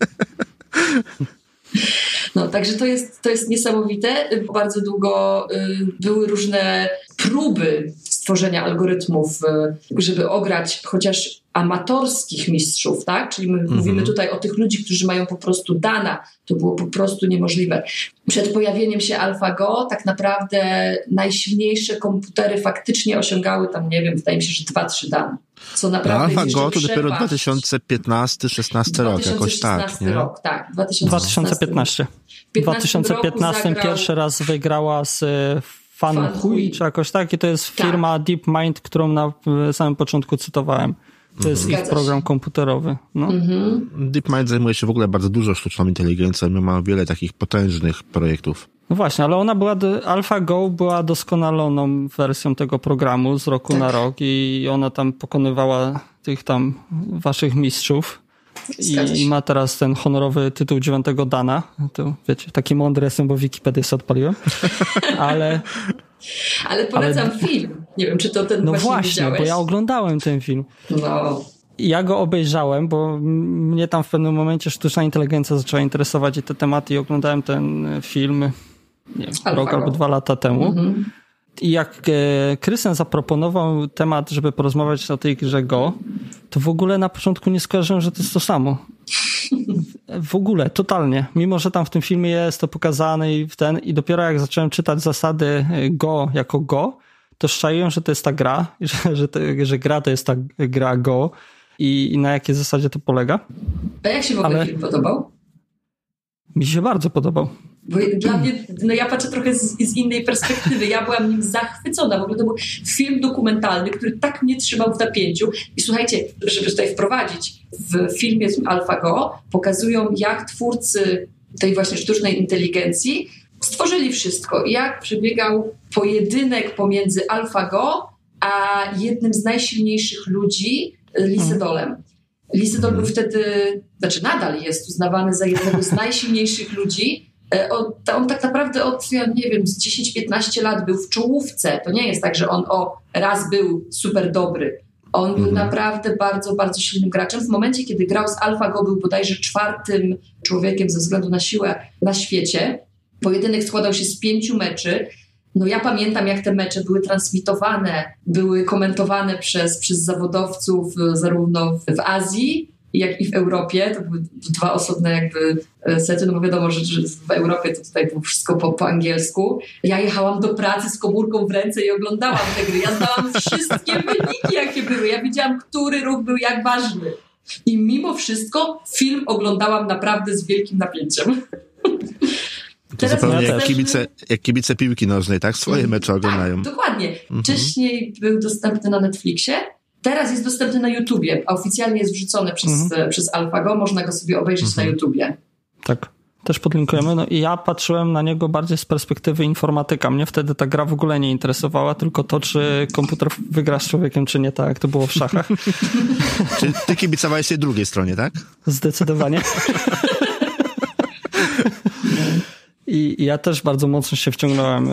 No, także to jest, to jest niesamowite. Bardzo długo y, były różne próby stworzenia algorytmów, y, żeby ograć chociaż amatorskich mistrzów, tak? Czyli my mm-hmm. mówimy tutaj o tych ludzi, którzy mają po prostu dana. To było po prostu niemożliwe. Przed pojawieniem się AlphaGo tak naprawdę najsilniejsze komputery faktycznie osiągały tam, nie wiem, wydaje mi się, że dwa trzy dane. Co naprawdę AlphaGo to dopiero dwa tysiące piętnasty szesnasty rok, jakoś tak, nie? rok, tak. dwa tysiące piętnasty W dwa tysiące piętnastym zagrał... pierwszy raz wygrała z Fanhui, czy jakoś tak, i to jest firma tak. DeepMind, którą na samym początku cytowałem. To jest Zgadza ich program się. komputerowy. No. Mm-hmm. DeepMind zajmuje się w ogóle bardzo dużo sztuczną inteligencją. My mamy wiele takich potężnych projektów. No właśnie, ale ona była, AlphaGo była doskonaloną wersją tego programu z roku tak. na rok i ona tam pokonywała tych tam waszych mistrzów. I, I ma teraz ten honorowy tytuł dziewiątego dana. To wiecie, taki mądry jestem, bo Wikipedię sobie odpaliłem. Ale... Ale polecam ale... film. Nie wiem, czy to ten no właśnie właśnie, widziałeś. bo ja oglądałem ten film. No. Ja go obejrzałem, bo mnie tam w pewnym momencie sztuczna inteligencja zaczęła interesować i te tematy i oglądałem ten film nie wiem, rok albo dwa lata temu. Mhm. I jak e, Krystian zaproponował temat, żeby porozmawiać o tej grze Go, to w ogóle na początku nie skojarzyłem, że to jest to samo. W ogóle, totalnie. Mimo, że tam w tym filmie jest to pokazane i w ten, i dopiero jak zacząłem czytać zasady Go jako Go, to szczaiłem, że to jest ta gra, że, że, to, że gra to jest ta gra Go i, i na jakiej zasadzie to polega. A jak się w ogóle Ale... film podobał? Mi się bardzo podobał. Bo dla mnie, no ja patrzę trochę z, z innej perspektywy. Ja byłam nim zachwycona. W ogóle to był film dokumentalny, który tak mnie trzymał w napięciu. I słuchajcie, żeby tutaj wprowadzić, w filmie AlphaGo pokazują, jak twórcy tej właśnie sztucznej inteligencji stworzyli wszystko. Jak przebiegał pojedynek pomiędzy AlphaGo a jednym z najsilniejszych ludzi, Lee Sedolem. Lee Sedol był wtedy, znaczy nadal jest uznawany za jednego z najsilniejszych ludzi. On, on tak naprawdę od, ja nie wiem, z dziesięć piętnaście lat był w czołówce. To nie jest tak, że on o raz był super dobry. On był mhm. naprawdę bardzo, bardzo silnym graczem. W momencie, kiedy grał z AlphaGo, był bodajże czwartym człowiekiem ze względu na siłę na świecie. Pojedynek składał się z pięciu meczy. No ja pamiętam, jak te mecze były transmitowane, były komentowane przez, przez zawodowców zarówno w Azji, jak i w Europie. To były dwa osobne jakby sety, no bo wiadomo, że, że w Europie to tutaj było wszystko po, po angielsku. Ja jechałam do pracy z komórką w ręce i oglądałam te gry. Ja znałam wszystkie wyniki, jakie były. Ja wiedziałam, który ruch był jak ważny. I mimo wszystko film oglądałam naprawdę z wielkim napięciem. To zupełnie jak kibice, jak kibice piłki nożnej, tak? Swoje mecze oglądają. Tak, dokładnie. Mhm. Wcześniej był dostępny na Netflixie, teraz jest dostępny na YouTubie, a oficjalnie jest wrzucony przez, mhm. przez AlphaGo, można go sobie obejrzeć mhm. na YouTubie. Tak, też podlinkujemy. No i ja patrzyłem na niego bardziej z perspektywy informatyka. Mnie wtedy ta gra w ogóle nie interesowała, tylko to, czy komputer wygra z człowiekiem, czy nie, tak jak to było w szachach. Czy ty kibicowałeś tej drugiej stronie, tak? Zdecydowanie. I ja też bardzo mocno się wciągnąłem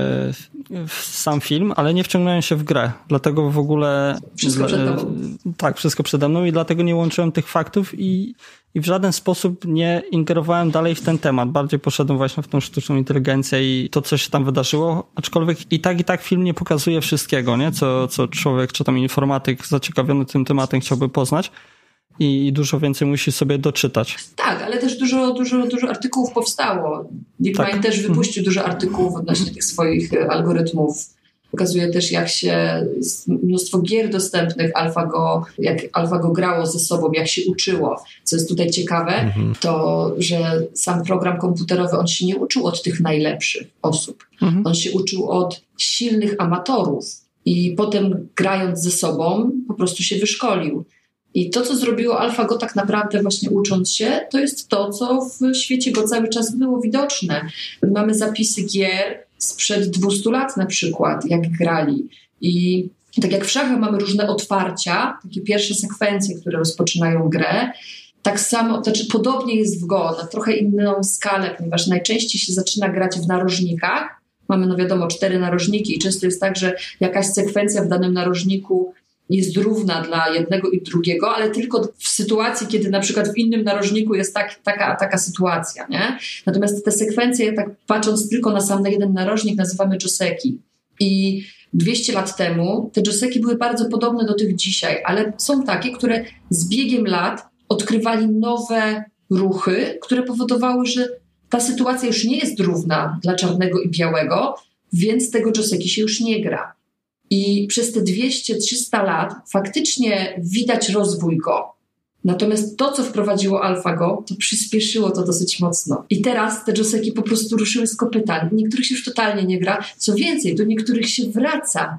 w sam film, ale nie wciągnąłem się w grę. Dlatego w ogóle... Wszystko przede mną. Tak, wszystko przede mną i dlatego nie łączyłem tych faktów i, i w żaden sposób nie ingerowałem dalej w ten temat. Bardziej poszedłem właśnie w tą sztuczną inteligencję i to, co się tam wydarzyło. Aczkolwiek i tak, i tak film nie pokazuje wszystkiego, nie? Co, co człowiek, czy tam informatyk zaciekawiony tym tematem chciałby poznać. I dużo więcej musi sobie doczytać. Tak, ale też dużo, dużo, dużo artykułów powstało. DeepMind tak. też wypuścił dużo artykułów odnośnie tych swoich algorytmów. Pokazuje też, jak się mnóstwo gier dostępnych AlphaGo, jak AlphaGo grało ze sobą, jak się uczyło. Co jest tutaj ciekawe, mhm. to, że sam program komputerowy, on się nie uczył od tych najlepszych osób. Mhm. On się uczył od silnych amatorów i potem grając ze sobą po prostu się wyszkolił. I to, co zrobiło AlphaGo tak naprawdę właśnie ucząc się, to jest to, co w świecie Go cały czas było widoczne. Mamy zapisy gier sprzed dwustu lat na przykład, jak grali. I tak jak w szachach mamy różne otwarcia, takie pierwsze sekwencje, które rozpoczynają grę, tak samo, znaczy podobnie jest w Go, na trochę inną skalę, ponieważ najczęściej się zaczyna grać w narożnikach. Mamy, no wiadomo, cztery narożniki i często jest tak, że jakaś sekwencja w danym narożniku jest równa dla jednego i drugiego, ale tylko w sytuacji, kiedy na przykład w innym narożniku jest tak, taka, taka sytuacja, nie? Natomiast te sekwencje, tak patrząc tylko na sam na jeden narożnik, nazywamy joseki. I dwieście lat temu te joseki były bardzo podobne do tych dzisiaj, ale są takie, które z biegiem lat odkrywali nowe ruchy, które powodowały, że ta sytuacja już nie jest równa dla czarnego i białego, więc tego joseki się już nie gra. I przez te dwieście trzysta lat faktycznie widać rozwój Go. Natomiast to, co wprowadziło AlphaGo, to przyspieszyło to dosyć mocno. I teraz te joseki po prostu ruszyły z kopyta. Niektórych się już totalnie nie gra. Co więcej, do niektórych się wraca.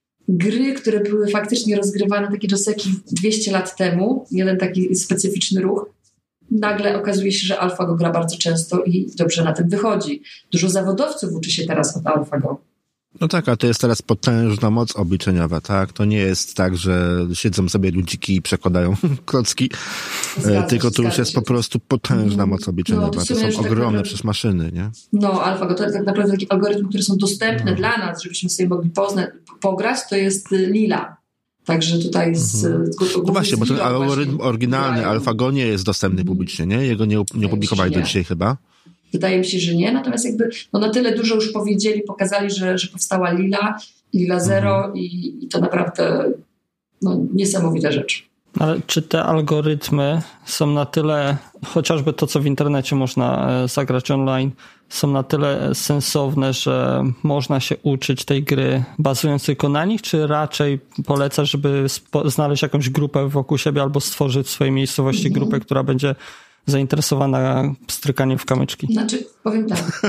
Gry, które były faktycznie rozgrywane, takie joseki dwieście lat temu, jeden taki specyficzny ruch, nagle okazuje się, że AlphaGo gra bardzo często i dobrze na tym wychodzi. Dużo zawodowców uczy się teraz od AlphaGo. No tak, a to jest teraz potężna moc obliczeniowa, tak? To nie jest tak, że siedzą sobie ludziki i przekładają klocki, zgadza tylko to już jest się. Po prostu potężna moc obliczeniowa. No, to, to są ogromne tak naprawdę, przecież maszyny, nie? No, AlphaGo to tak naprawdę takie algorytmy, które są dostępne no. dla nas, żebyśmy sobie mogli poznać, pograć, to jest Lila. Także tutaj z... Mhm. No właśnie, bo ten algorytm oryginalny AlphaGo nie jest dostępny publicznie, nie? Jego nie, nie opublikowali do dzisiaj chyba. Wydaje mi się, że nie, natomiast jakby no na tyle dużo już powiedzieli, pokazali, że, że powstała Lila, Lila Zero mhm. i, i to naprawdę no, niesamowita rzecz. Ale czy te algorytmy są na tyle, chociażby to, co w internecie można zagrać online, są na tyle sensowne, że można się uczyć tej gry bazując tylko na nich, czy raczej polecasz, żeby spo- znaleźć jakąś grupę wokół siebie albo stworzyć w swojej miejscowości mhm. grupę, która będzie zainteresowana pstrykaniem w kamyczki? Znaczy, powiem tak.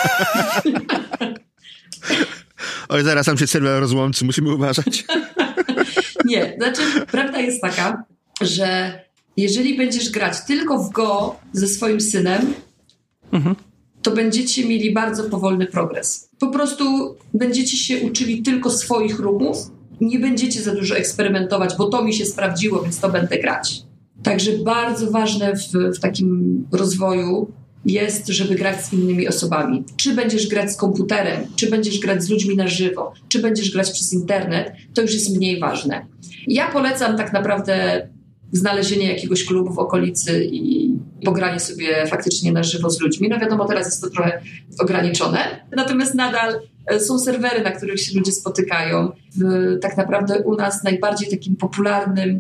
Oj, zaraz nam się Sylwia rozłączy, musimy uważać. Nie, znaczy prawda jest taka, że jeżeli będziesz grać tylko w Go ze swoim synem, mhm. to będziecie mieli bardzo powolny progres. Po prostu będziecie się uczyli tylko swoich ruchów, nie będziecie za dużo eksperymentować, bo to mi się sprawdziło, więc to będę grać. Także bardzo ważne w, w takim rozwoju jest, żeby grać z innymi osobami. Czy będziesz grać z komputerem, czy będziesz grać z ludźmi na żywo, czy będziesz grać przez internet, to już jest mniej ważne. Ja polecam tak naprawdę znalezienie jakiegoś klubu w okolicy i pogranie sobie faktycznie na żywo z ludźmi. No wiadomo, teraz jest to trochę ograniczone, natomiast nadal są serwery, na których się ludzie spotykają. W, tak naprawdę u nas najbardziej takim popularnym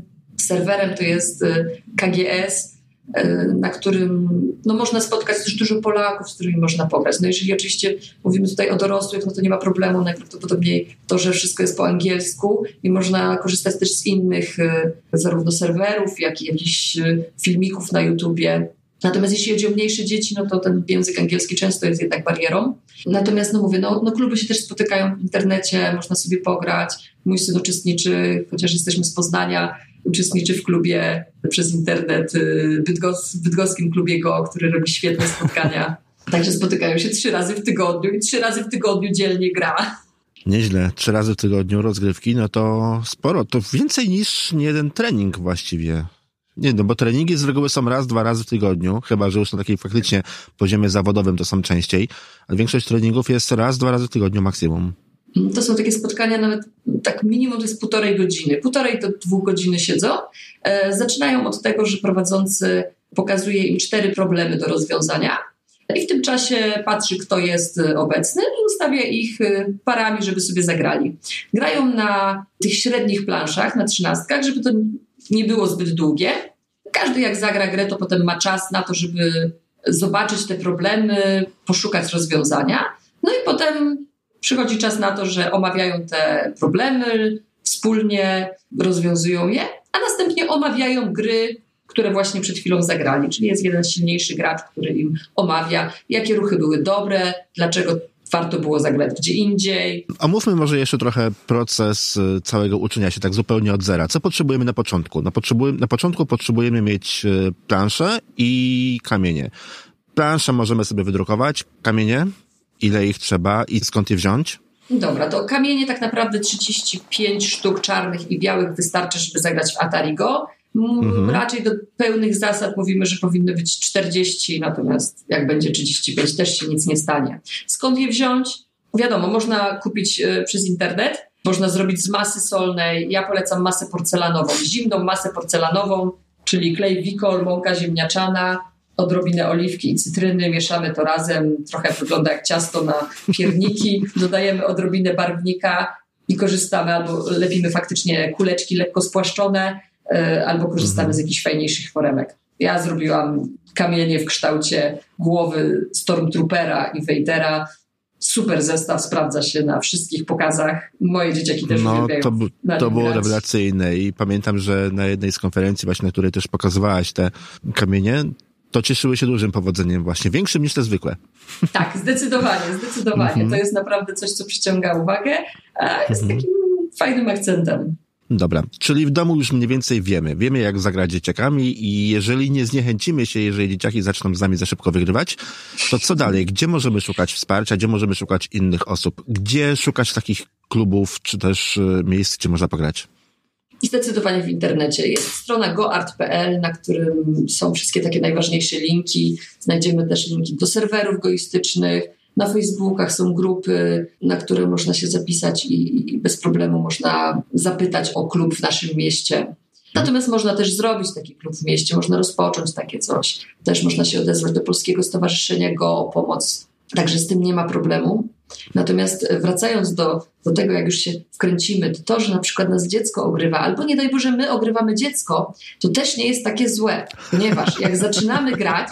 serwerem to jest K G S, na którym no, można spotkać też dużo Polaków, z którymi można pograć. No jeżeli oczywiście mówimy tutaj o dorosłych, no to nie ma problemu, najprawdopodobniej to, że wszystko jest po angielsku i można korzystać też z innych zarówno serwerów, jak i jakichś filmików na YouTubie. Natomiast jeśli chodzi o mniejsze dzieci, no to ten język angielski często jest jednak barierą. Natomiast no mówię, no, no kluby się też spotykają w internecie, można sobie pograć. Mój syn uczestniczy, chociaż jesteśmy z Poznania, uczestniczy w klubie przez internet, bydgos, w bydgoskim klubie Go, który robi świetne spotkania. Także spotykają się trzy razy w tygodniu i trzy razy w tygodniu dzielnie gra. Nieźle, trzy razy w tygodniu rozgrywki, no to sporo, to więcej niż nie jeden trening właściwie. Nie, no bo treningi z reguły są raz, dwa razy w tygodniu, chyba że już na takiej faktycznie poziomie zawodowym to są częściej, ale większość treningów jest raz, dwa razy w tygodniu maksimum. To są takie spotkania nawet tak minimum to jest półtorej godziny. Półtorej do dwóch godziny siedzą. E, zaczynają od tego, że prowadzący pokazuje im cztery problemy do rozwiązania i w tym czasie patrzy, kto jest obecny i ustawia ich parami, żeby sobie zagrali. Grają na tych średnich planszach, na trzynastkach, żeby to nie było zbyt długie. Każdy jak zagra grę, to potem ma czas na to, żeby zobaczyć te problemy, poszukać rozwiązania. No i potem przychodzi czas na to, że omawiają te problemy, wspólnie rozwiązują je, a następnie omawiają gry, które właśnie przed chwilą zagrali. Czyli jest jeden silniejszy gracz, który im omawia, jakie ruchy były dobre, dlaczego warto było zagrać gdzie indziej. Omówmy może jeszcze trochę proces całego uczenia się tak zupełnie od zera. Co potrzebujemy na początku? Na, potrzebuj- na początku potrzebujemy mieć planszę i kamienie. Planszę możemy sobie wydrukować, kamienie, ile ich trzeba i skąd je wziąć? Dobra, to kamienie tak naprawdę trzydzieści pięć sztuk czarnych i białych wystarczy, żeby zagrać w Atari Go. Mhm. Raczej do pełnych zasad mówimy, że powinny być czterdzieści, natomiast jak będzie trzydzieści pięć, też się nic nie stanie. Skąd je wziąć? Wiadomo, można kupić y, przez internet, można zrobić z masy solnej. Ja polecam masę porcelanową, zimną masę porcelanową, czyli klej wikol, mąka ziemniaczana, odrobinę oliwki i cytryny, mieszamy to razem, trochę wygląda jak ciasto na pierniki, dodajemy odrobinę barwnika i korzystamy, albo lepimy faktycznie kuleczki lekko spłaszczone, albo korzystamy z jakichś fajniejszych foremek. Ja zrobiłam kamienie w kształcie głowy Stormtroopera i Vadera. Super zestaw, sprawdza się na wszystkich pokazach. Moje dzieciaki też no, uwielbiają. To, na to było grać. rewelacyjne i pamiętam, że na jednej z konferencji właśnie, na której też pokazywałaś te kamienie, to cieszyły się dużym powodzeniem właśnie, większym niż te zwykłe. Tak, zdecydowanie, zdecydowanie. To jest naprawdę coś, co przyciąga uwagę, a jest takim fajnym akcentem. Dobra, czyli w domu już mniej więcej wiemy. Wiemy, jak zagrać dzieciakami i jeżeli nie zniechęcimy się, jeżeli dzieciaki zaczną z nami za szybko wygrywać, to co dalej? Gdzie możemy szukać wsparcia? Gdzie możemy szukać innych osób? Gdzie szukać takich klubów, czy też miejsc, gdzie można pograć? Zdecydowanie w internecie. Jest strona goart kropka p l, na którym są wszystkie takie najważniejsze linki. Znajdziemy też linki do serwerów goistycznych. Na Facebookach są grupy, na które można się zapisać i, i bez problemu można zapytać o klub w naszym mieście. Natomiast można też zrobić taki klub w mieście, można rozpocząć takie coś. Też można się odezwać do Polskiego Stowarzyszenia Go o pomoc. Także z tym nie ma problemu. Natomiast wracając do, do tego, jak już się wkręcimy, to to, że na przykład nas dziecko ogrywa, albo nie daj Boże, my ogrywamy dziecko, to też nie jest takie złe. Ponieważ jak zaczynamy grać,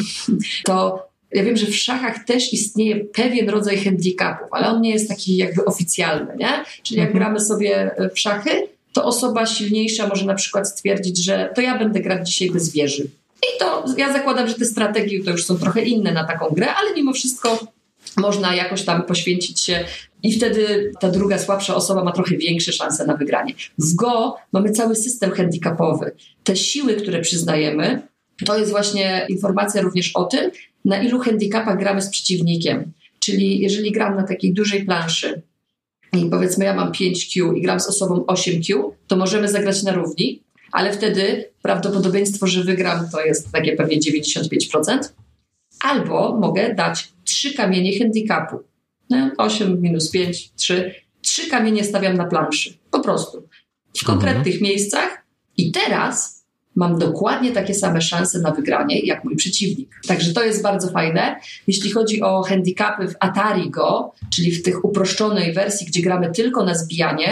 to ja wiem, że w szachach też istnieje pewien rodzaj handicapów, ale on nie jest taki jakby oficjalny, nie? Czyli jak gramy sobie w szachy, to osoba silniejsza może na przykład stwierdzić, że to ja będę grać dzisiaj bez wieży. I to ja zakładam, że te strategie to już są trochę inne na taką grę, ale mimo wszystko można jakoś tam poświęcić się i wtedy ta druga, słabsza osoba ma trochę większe szanse na wygranie. W Go mamy cały system handicapowy. Te siły, które przyznajemy, to jest właśnie informacja również o tym, na ilu handicapach gramy z przeciwnikiem. Czyli jeżeli gram na takiej dużej planszy i powiedzmy ja mam pięć Q i gram z osobą osiem Q, to możemy zagrać na równi, ale wtedy prawdopodobieństwo, że wygram, to jest takie pewnie dziewięćdziesiąt pięć procent. Albo mogę dać trzy kamienie handicapu. No, osiem minus pięć, trzy. Trzy kamienie stawiam na planszy. Po prostu. W konkretnych mhm. miejscach. I teraz mam dokładnie takie same szanse na wygranie jak mój przeciwnik. Także to jest bardzo fajne. Jeśli chodzi o handicapy w Atari Go, czyli w tych uproszczonej wersji, gdzie gramy tylko na zbijanie,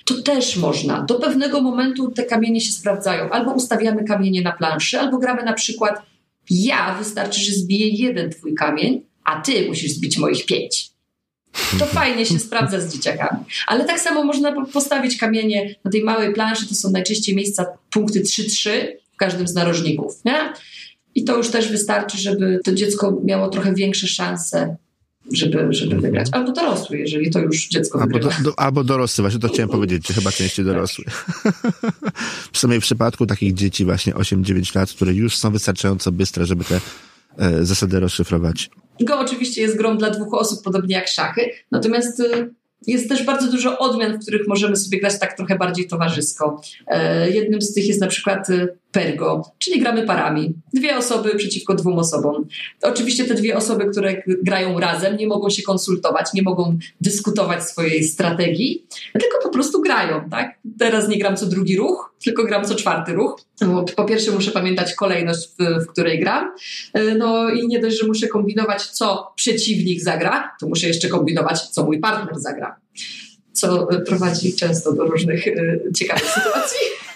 to też można. Do pewnego momentu te kamienie się sprawdzają. Albo ustawiamy kamienie na planszy, albo gramy na przykład ja, wystarczy, że zbiję jeden twój kamień, a ty musisz zbić moich pięć. To fajnie się sprawdza z dzieciakami. Ale tak samo można postawić kamienie na tej małej planszy, to są najczęściej miejsca punkty trzy trzy w każdym z narożników. Nie? I to już też wystarczy, żeby to dziecko miało trochę większe szanse, żeby, żeby wygrać. Albo dorosły, jeżeli to już dziecko albo wygrywa. Do, do, albo dorosły, właśnie to chciałem powiedzieć, że chyba częściej dorosły. Przynajmniej w przypadku takich dzieci właśnie osiem dziewięć lat, które już są wystarczająco bystre, żeby te e, zasady rozszyfrować. Go oczywiście jest grą dla dwóch osób, podobnie jak szachy, natomiast y, jest też bardzo dużo odmian, w których możemy sobie grać tak trochę bardziej towarzysko. E, jednym z tych jest na przykład y, Pergo, czyli gramy parami. Dwie osoby przeciwko dwóm osobom. Oczywiście te dwie osoby, które grają razem, nie mogą się konsultować, nie mogą dyskutować swojej strategii, tylko po prostu grają, tak? Teraz nie gram co drugi ruch, tylko gram co czwarty ruch. No, po pierwsze muszę pamiętać kolejność, w, w której gram. No i nie dość, że muszę kombinować, co przeciwnik zagra, to muszę jeszcze kombinować, co mój partner zagra. Co prowadzi często do różnych y, ciekawych sytuacji.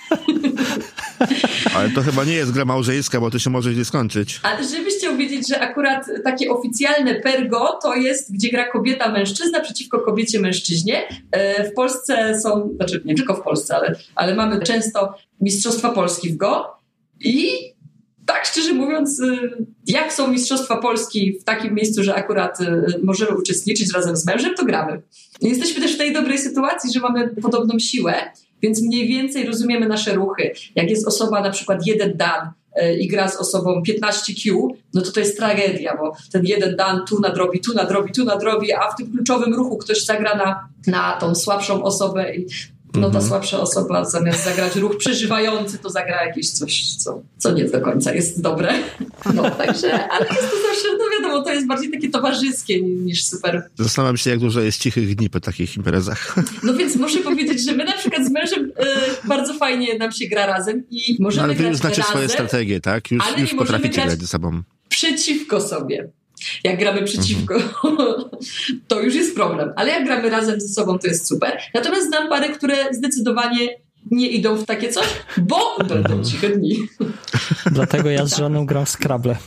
Ale to chyba nie jest gra małżeńska, bo to się może źle skończyć. Ale żebyś chciał wiedzieć, że akurat takie oficjalne Pergo to jest, gdzie gra kobieta, mężczyzna przeciwko kobiecie, mężczyźnie. W Polsce są, znaczy nie tylko w Polsce, ale, ale mamy często Mistrzostwa Polski w Go i tak szczerze mówiąc, jak są Mistrzostwa Polski w takim miejscu, że akurat możemy uczestniczyć razem z mężem, to gramy. Jesteśmy też w tej dobrej sytuacji, że mamy podobną siłę, więc mniej więcej rozumiemy nasze ruchy. Jak jest osoba na przykład jeden dan i gra z osobą piętnaście Q, no to to jest tragedia, bo ten jeden dan tu nadrobi, tu nadrobi, tu nadrobi, a w tym kluczowym ruchu ktoś zagra na, na tą słabszą osobę i no ta słabsza osoba zamiast zagrać ruch przeżywający, to zagra jakieś coś, co, co nie do końca jest dobre. No także, ale jest to zawsze, no wiadomo, to jest bardziej takie towarzyskie niż super. Zastanawiam się, jak dużo jest cichych dni po takich imprezach. No więc muszę powiedzieć, że my na przykład z mężem y, bardzo fajnie nam się gra razem i możemy no, ale wy grać już znacie razem, swoje strategie, tak? Już, już potraficie grać ze sobą. Przeciwko sobie. Jak gramy przeciwko, mhm. to już jest problem. Ale jak gramy razem ze sobą, to jest super. Natomiast znam pary, które zdecydowanie nie idą w takie coś, bo będą ciche dni. Dlatego ja z żoną gram w Scrabble.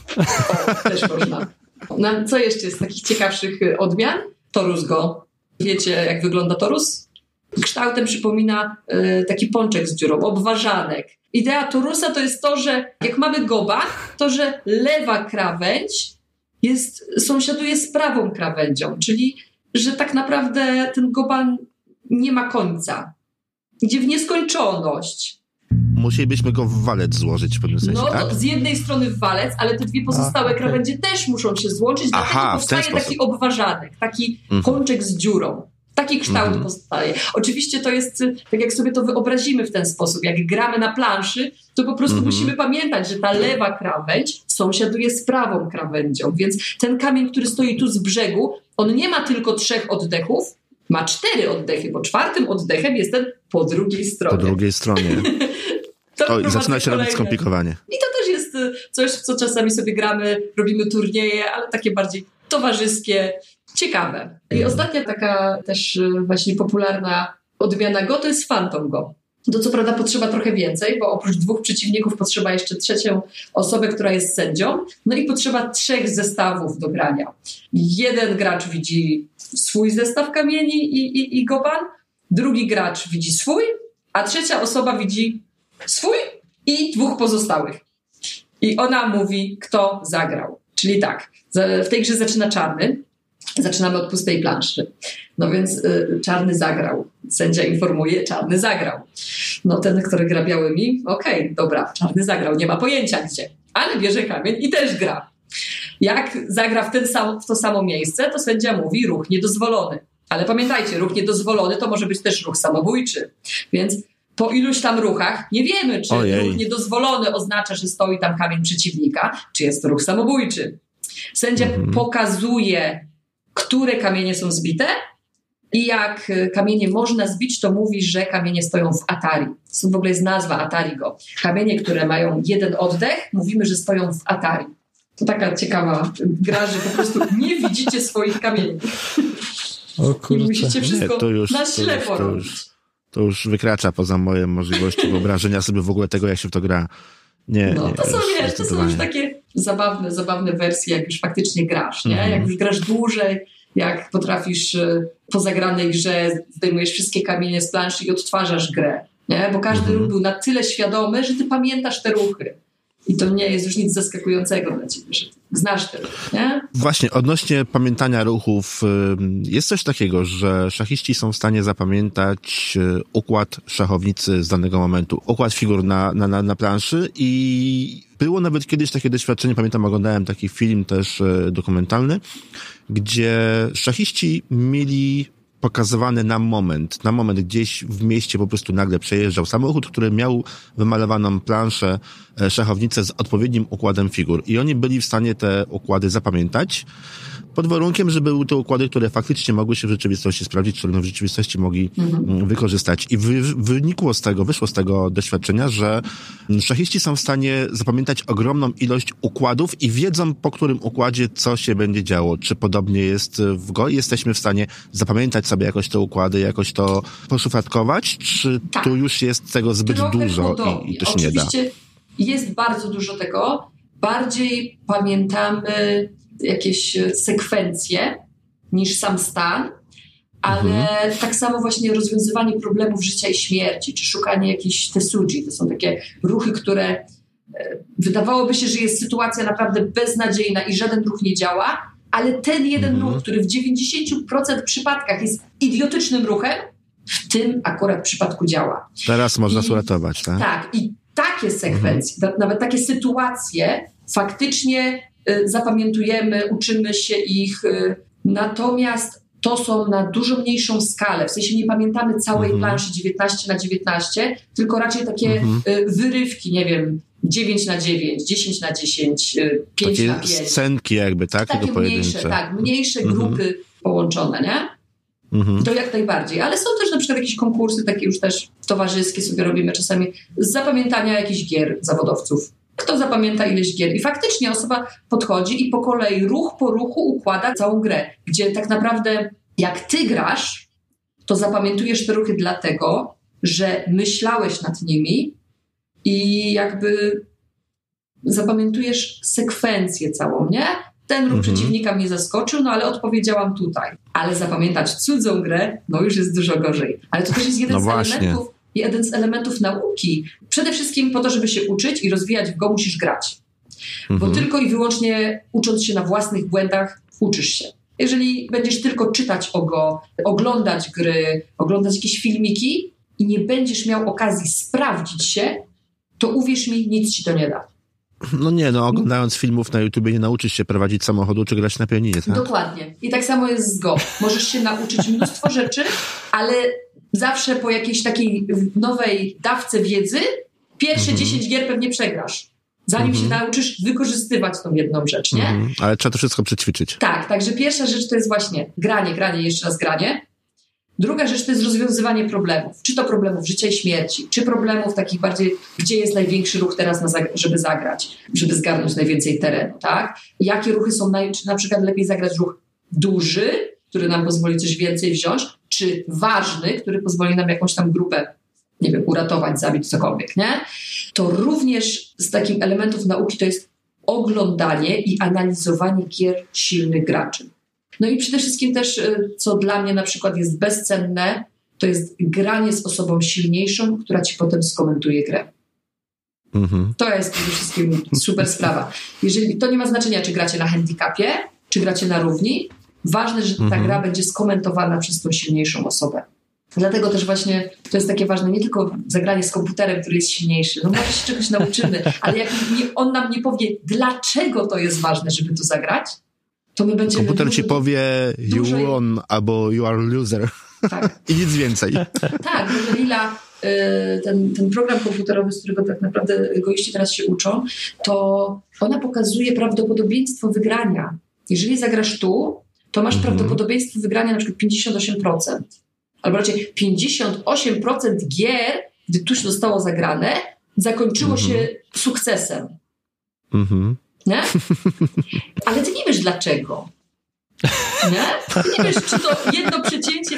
O, też można. No, co jeszcze jest z takich ciekawszych odmian? Torus Go. Wiecie, jak wygląda torus? Kształtem przypomina y, taki pączek z dziurą, obwarzanek. Idea torusa to jest to, że jak mamy goba, to że lewa krawędź jest, sąsiaduje z prawą krawędzią, czyli że tak naprawdę ten goban nie ma końca. Idzie w nieskończoność. Musielibyśmy go w walec złożyć w pewnym sensie, no, tak? No, z jednej strony w walec, ale te dwie pozostałe A, okay. krawędzie też muszą się złączyć, Aha, dlatego powstaje taki obwarzanek, taki mhm. pączek z dziurą. Taki kształt mhm. powstaje. Oczywiście to jest, tak jak sobie to wyobrazimy w ten sposób, jak gramy na planszy, to po prostu mhm. musimy pamiętać, że ta lewa krawędź sąsiaduje z prawą krawędzią, więc ten kamień, który stoi tu z brzegu, on nie ma tylko trzech oddechów, ma cztery oddechy, bo czwartym oddechem jest ten po drugiej stronie. Po drugiej stronie. to to zaczyna się kolejne. robić skomplikowanie. I to też jest coś, w co czasami sobie gramy, robimy turnieje, ale takie bardziej towarzyskie, ciekawe. I ostatnia taka też właśnie popularna odmiana Go to jest Phantom Go. To co prawda potrzeba trochę więcej, bo oprócz dwóch przeciwników potrzeba jeszcze trzecią osobę, która jest sędzią. No i potrzeba trzech zestawów do grania. Jeden gracz widzi swój zestaw kamieni i, i, i goban, drugi gracz widzi swój, a trzecia osoba widzi swój i dwóch pozostałych. I ona mówi, kto zagrał. Czyli tak, w tej grze zaczyna czarny. Zaczynamy od pustej planszy. No więc y, czarny zagrał. Sędzia informuje, czarny zagrał. No ten, który gra białymi, okej, okay, dobra, czarny zagrał, nie ma pojęcia gdzie. Ale bierze kamień i też gra. Jak zagra w, ten sam, w to samo miejsce, to sędzia mówi ruch niedozwolony. Ale pamiętajcie, ruch niedozwolony to może być też ruch samobójczy. Więc po iluś tam ruchach nie wiemy, czy Ojej. ruch niedozwolony oznacza, że stoi tam kamień przeciwnika, czy jest to ruch samobójczy. Sędzia mhm. pokazuje, które kamienie są zbite i jak kamienie można zbić, to mówi, że kamienie stoją w Atari. To w ogóle jest nazwa Atari Go. Kamienie, które mają jeden oddech, mówimy, że stoją w Atari. To taka ciekawa gra, że po prostu nie widzicie swoich kamieni. O kurczę. I musicie wszystko nie, to już, na ślepo to już, to już, To już wykracza poza moje możliwości wyobrażenia sobie w ogóle tego, jak się w to gra. Nie, no, nie, to są, wiesz, to są już takie zabawne, zabawne wersje, jak już faktycznie grasz, nie? Mm. Jak już grasz dłużej, jak potrafisz po zagranej grze, zdejmujesz wszystkie kamienie z planszy i odtwarzasz grę, nie? Bo każdy mm. ruch był na tyle świadomy, że ty pamiętasz te ruchy. I to nie jest już nic zaskakującego dla ciebie, że znasz te ruchy, nie? Właśnie, odnośnie pamiętania ruchów, jest coś takiego, że szachiści są w stanie zapamiętać układ szachownicy z danego momentu, układ figur na, na, na, na planszy i było nawet kiedyś takie doświadczenie, pamiętam, oglądałem taki film też dokumentalny, gdzie szachiści mieli pokazywany na moment, na moment gdzieś w mieście po prostu nagle przejeżdżał samochód, który miał wymalowaną planszę, szachownicę z odpowiednim układem figur i oni byli w stanie te układy zapamiętać, pod warunkiem, że były to układy, które faktycznie mogły się w rzeczywistości sprawdzić, które w rzeczywistości mogli mhm. wykorzystać. I wy, wynikło z tego, wyszło z tego doświadczenia, że szachiści są w stanie zapamiętać ogromną ilość układów i wiedzą, po którym układzie co się będzie działo. Czy podobnie jest w Go? Jesteśmy w stanie zapamiętać sobie jakoś te układy, jakoś to poszufladkować? Czy tak. tu już jest tego zbyt Trochę dużo i, i to się nie da? Oczywiście jest bardzo dużo tego. Bardziej pamiętamy jakieś sekwencje niż sam stan, ale mhm. tak samo właśnie rozwiązywanie problemów życia i śmierci, czy szukanie jakichś tesuji. To są takie ruchy, które wydawałoby się, że jest sytuacja naprawdę beznadziejna i żaden ruch nie działa, ale ten jeden mhm. ruch, który w dziewięćdziesięciu procentach przypadkach jest idiotycznym ruchem, w tym akurat przypadku działa. Teraz można I, uratować, tak? Tak, i takie sekwencje, mhm. nawet takie sytuacje faktycznie zapamiętujemy, uczymy się ich, natomiast to są na dużo mniejszą skalę, w sensie nie pamiętamy całej mhm. planszy dziewiętnaście na dziewiętnaście, tylko raczej takie mhm. wyrywki, nie wiem, dziewięć na dziewięć, dziesięć na dziesięć, pięć takie na pięć. Scenki jakby, tak? Takie Tego mniejsze, tak, mniejsze mhm. grupy połączone, nie? Mhm. To jak najbardziej, ale są też na przykład jakieś konkursy takie już też towarzyskie sobie robimy czasami z zapamiętania jakichś gier zawodowców. Kto zapamięta ileś gier i faktycznie osoba podchodzi i po kolei ruch po ruchu układa całą grę, gdzie tak naprawdę jak ty grasz, to zapamiętujesz te ruchy dlatego, że myślałeś nad nimi i jakby zapamiętujesz sekwencję całą, nie? Ten ruch mhm. przeciwnika mnie zaskoczył, no ale odpowiedziałam tutaj. Ale zapamiętać cudzą grę, no już jest dużo gorzej. Ale to też jest jeden no z elementów jeden z elementów nauki. Przede wszystkim po to, żeby się uczyć i rozwijać w Go, musisz grać. Mhm. Bo tylko i wyłącznie ucząc się na własnych błędach, uczysz się. Jeżeli będziesz tylko czytać o Go, oglądać gry, oglądać jakieś filmiki i nie będziesz miał okazji sprawdzić się, to uwierz mi, nic ci to nie da. No nie, no oglądając filmów na YouTubie nie nauczysz się prowadzić samochodu czy grać na pianinie, tak? Dokładnie. I tak samo jest z Go. Możesz się nauczyć mnóstwo rzeczy, ale zawsze po jakiejś takiej nowej dawce wiedzy pierwsze mhm. dziesięć gier pewnie przegrasz. Zanim mhm. się nauczysz wykorzystywać tą jedną rzecz, nie? Mhm. Ale trzeba to wszystko przećwiczyć. Tak, także pierwsza rzecz to jest właśnie granie, granie, jeszcze raz granie. Druga rzecz to jest rozwiązywanie problemów. Czy to problemów życia i śmierci, czy problemów takich bardziej, gdzie jest największy ruch teraz, na zag- żeby zagrać, żeby zgarnąć najwięcej terenu, tak? Jakie ruchy są, naj- czy na przykład lepiej zagrać ruch duży, który nam pozwoli coś więcej wziąć, czy ważny, który pozwoli nam jakąś tam grupę, nie wiem, uratować, zabić, cokolwiek, nie? To również z takich elementów nauki to jest oglądanie i analizowanie gier silnych graczy. No i przede wszystkim też, co dla mnie na przykład jest bezcenne, to jest granie z osobą silniejszą, która ci potem skomentuje grę. Mhm. To jest przede wszystkim super sprawa. Jeżeli to nie ma znaczenia, czy gracie na handicapie, czy gracie na równi, ważne, że ta mhm. gra będzie skomentowana przez tą silniejszą osobę. Dlatego też właśnie to jest takie ważne, nie tylko zagranie z komputerem, który jest silniejszy, no może się czegoś nauczymy, ale jak nie, on nam nie powie, dlaczego to jest ważne, żeby to zagrać, to my będziemy... Komputer dużo, ci powie you dużo... won albo you are loser. Tak. I nic więcej. Tak, bo Lila, ten, ten program komputerowy, z którego tak naprawdę egoiści teraz się uczą, to ona pokazuje prawdopodobieństwo wygrania. Jeżeli zagrasz tu, to masz mhm. prawdopodobieństwo wygrania na przykład pięćdziesiąt osiem procent. Albo raczej pięćdziesiąt osiem procent gier, gdy tuż zostało zagrane, zakończyło mhm. się sukcesem. Mhm. Nie? Ale ty nie wiesz dlaczego. Nie? Ty nie wiesz, czy to jedno przecięcie...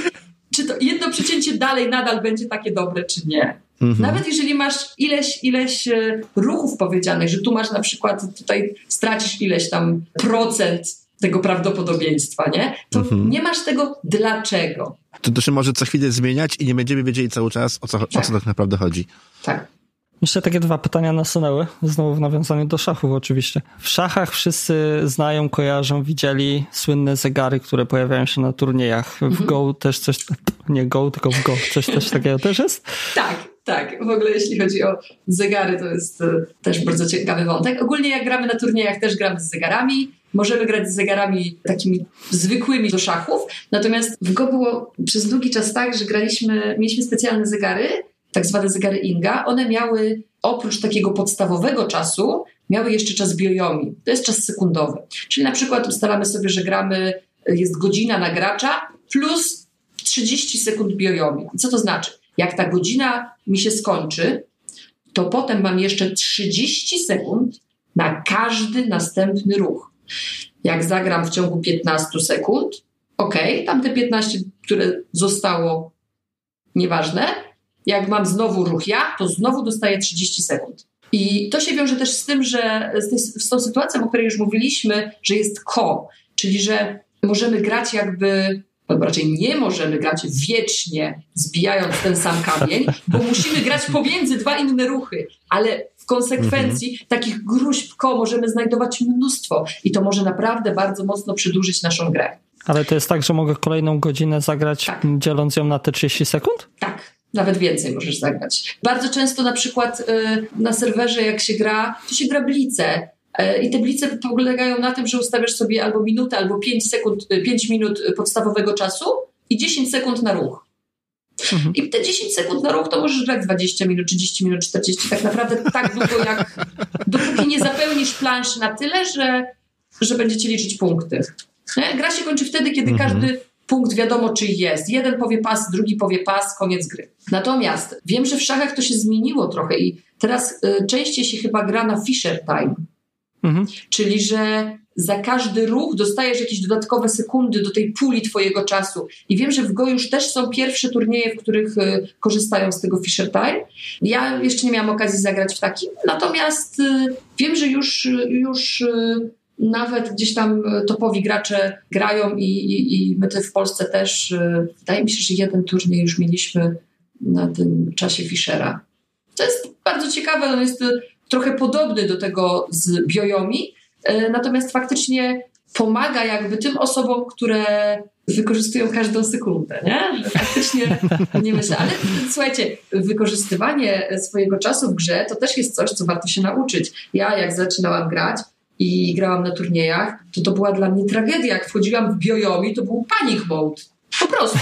czy to jedno przecięcie dalej nadal będzie takie dobre, czy nie. Mhm. Nawet jeżeli masz ileś, ileś ruchów powiedzianych, że tu masz na przykład, tutaj stracisz ileś tam procent tego prawdopodobieństwa, nie? To mhm. nie masz tego dlaczego. To, to się może co chwilę zmieniać i nie będziemy wiedzieli cały czas, o co, tak. o co tak naprawdę chodzi. Tak. Jeszcze takie dwa pytania nasunęły, znowu w nawiązaniu do szachów oczywiście. W szachach wszyscy znają, kojarzą, widzieli słynne zegary, które pojawiają się na turniejach. W mhm. Go też coś, nie Go, tylko w Go, coś, coś takiego też jest? Tak, tak. W ogóle jeśli chodzi o zegary, to jest też bardzo ciekawy wątek. Ogólnie jak gramy na turniejach, też gramy z zegarami. Możemy grać z zegarami takimi zwykłymi do szachów. Natomiast w Go było przez długi czas tak, że graliśmy, mieliśmy specjalne zegary, tak zwane zegary Inga. One miały, oprócz takiego podstawowego czasu, miały jeszcze czas biojomi. To jest czas sekundowy. Czyli na przykład ustalamy sobie, że gramy, jest godzina na gracza plus trzydzieści sekund biojomi. I co to znaczy? Jak ta godzina mi się skończy, to potem mam jeszcze trzydzieści sekund na każdy następny ruch. Jak zagram w ciągu piętnaście sekund, okej, okay, tamte piętnaście, które zostało, nieważne. Jak mam znowu ruch ja, to znowu dostaję trzydzieści sekund. I to się wiąże też z tym, że z, tej, z tą sytuacją, o której już mówiliśmy, że jest ko, czyli że możemy grać jakby, albo raczej nie możemy grać wiecznie, zbijając ten sam kamień, bo musimy grać pomiędzy dwa inne ruchy, ale w konsekwencji mhm. takich gruźb ko możemy znajdować mnóstwo i to może naprawdę bardzo mocno przedłużyć naszą grę. Ale to jest tak, że mogę kolejną godzinę zagrać, tak. dzieląc ją na te trzydzieści sekund? Tak. Nawet więcej możesz zagrać. Bardzo często na przykład y, na serwerze jak się gra, to się gra blice. Y, I te blice polegają na tym, że ustawiasz sobie albo minutę, albo pięć sekund, pięć minut podstawowego czasu i dziesięć sekund na ruch. Mhm. I te dziesięć sekund na ruch to możesz grać dwadzieścia minut, trzydzieści minut, czterdzieści. Tak naprawdę tak długo, jak dopóki nie zapełnisz planszy na tyle, że, że będziecie liczyć punkty. Nie? Gra się kończy wtedy, kiedy mhm. każdy punkt wiadomo, czy jest. Jeden powie pas, drugi powie pas, koniec gry. Natomiast wiem, że w szachach to się zmieniło trochę i teraz y, częściej się chyba gra na Fischer Time. Mhm. Czyli, że za każdy ruch dostajesz jakieś dodatkowe sekundy do tej puli twojego czasu. I wiem, że w Go już też są pierwsze turnieje, w których y, korzystają z tego Fischer Time. Ja jeszcze nie miałam okazji zagrać w takim. Natomiast y, wiem, że już, już y, nawet gdzieś tam topowi gracze grają i, i, i my to w Polsce też, wydaje mi się, że jeden turniej już mieliśmy na tym czasie Fischera. To jest bardzo ciekawe, on jest trochę podobny do tego z biojomi, natomiast faktycznie pomaga jakby tym osobom, które wykorzystują każdą sekundę, nie? Że faktycznie nie myślę, ale słuchajcie, wykorzystywanie swojego czasu w grze to też jest coś, co warto się nauczyć. Ja jak zaczynałam grać, i grałam na turniejach, to to była dla mnie tragedia. Jak wchodziłam w biojomi, to był panic mode. Po prostu.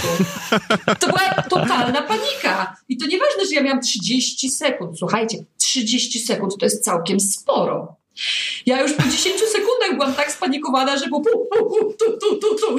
To była totalna panika. I to nieważne, że ja miałam trzydzieści sekund. Słuchajcie, trzydzieści sekund to jest całkiem sporo. Ja już po dziesięciu sekundach byłam tak spanikowana, że było pu, pu, pu, tu, tu, tu, tu.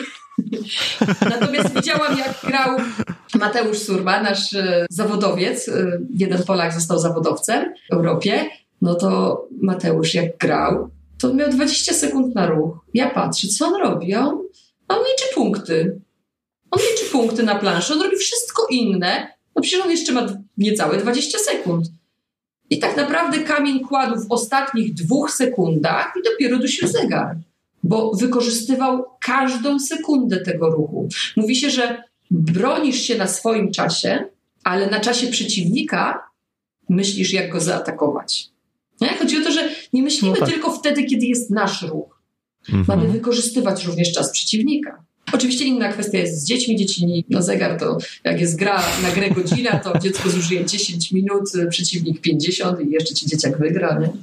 Natomiast widziałam, jak grał Mateusz Surma, nasz e, zawodowiec. E, jeden Polak został zawodowcem w Europie. No to Mateusz jak grał, to on miał dwadzieścia sekund na ruch. Ja patrzę, co on robi, a on, a on liczy punkty. On liczy punkty na planszy, on robi wszystko inne. No przecież on jeszcze ma niecałe dwadzieścia sekund. I tak naprawdę kamień kładł w ostatnich dwóch sekundach i dopiero dusił zegar. Bo wykorzystywał każdą sekundę tego ruchu. Mówi się, że bronisz się na swoim czasie, ale na czasie przeciwnika myślisz, jak go zaatakować. Nie? Chodzi o to, że nie myślimy no tak. tylko wtedy, kiedy jest nasz ruch. Mhm. Mamy wykorzystywać również czas przeciwnika. Oczywiście inna kwestia jest z dziećmi. Dzieci na zegar to jak jest gra na grę godzina, to dziecko zużyje dziesięć minut, przeciwnik pięćdziesiąt i jeszcze ci dzieciak wygra. Nie?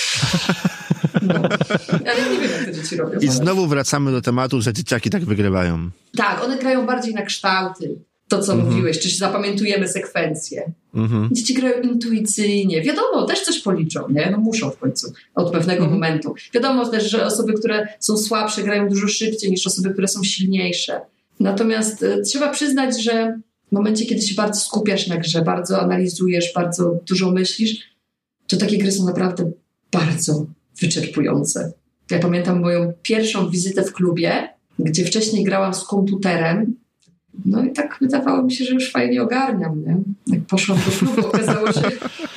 No. Ale ja nie wiem, jak to dzieci robią. I znowu wracamy do tematu, że dzieciaki tak wygrywają. Tak, one grają bardziej na kształty. To, co mhm. mówiłeś, czy zapamiętujemy sekwencje. Mhm. Dzieci grają intuicyjnie. Wiadomo, też coś policzą, nie? No muszą w końcu od pewnego mhm. momentu. Wiadomo też, że osoby, które są słabsze, grają dużo szybciej niż osoby, które są silniejsze. Natomiast y, trzeba przyznać, że w momencie, kiedy się bardzo skupiasz na grze, bardzo analizujesz, bardzo dużo myślisz, to takie gry są naprawdę bardzo wyczerpujące. Ja pamiętam moją pierwszą wizytę w klubie, gdzie wcześniej grałam z komputerem. No i tak wydawało mi się, że już fajnie ogarniam, nie? Jak poszłam do klubu, okazało się,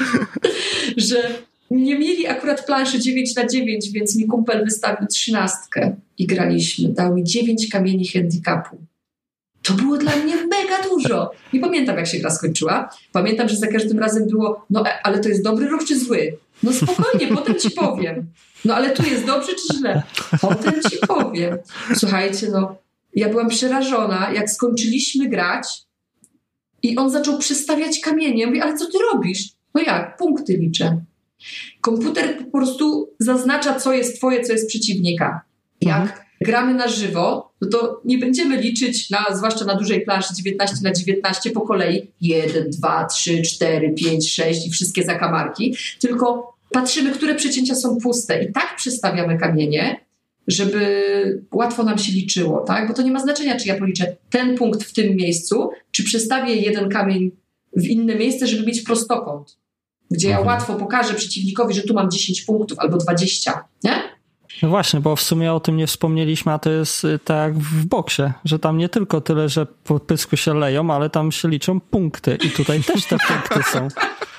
że nie mieli akurat planszy dziewięć na dziewięć, więc mi kumpel wystawił trzynastkę i graliśmy. Dał mi dziewięć kamieni handicapu. To było dla mnie mega dużo. Nie pamiętam, jak się gra skończyła. Pamiętam, że za każdym razem było, no ale to jest dobry ruch czy zły? No spokojnie, potem ci powiem. No ale tu jest dobrze czy źle? Potem ci powiem. Słuchajcie, no ja byłam przerażona, jak skończyliśmy grać i on zaczął przestawiać kamienie. Ja mówię, ale co ty robisz? No jak? Punkty liczę. Komputer po prostu zaznacza, co jest twoje, co jest przeciwnika. Jak mhm. gramy na żywo, no to nie będziemy liczyć, na, zwłaszcza na dużej planszy dziewiętnaście na dziewiętnaście po kolei jeden, dwa, trzy, cztery, pięć, sześć i wszystkie zakamarki, tylko patrzymy, które przecięcia są puste i tak przestawiamy kamienie, żeby łatwo nam się liczyło, tak? Bo to nie ma znaczenia, czy ja policzę ten punkt w tym miejscu, czy przestawię jeden kamień w inne miejsce, żeby mieć prostokąt, gdzie ja łatwo pokażę przeciwnikowi, że tu mam dziesięć punktów albo dwadzieścia, nie? No właśnie, bo w sumie o tym nie wspomnieliśmy, a to jest tak jak w boksie, że tam nie tylko tyle, że po pysku się leją, ale tam się liczą punkty i tutaj też te punkty są.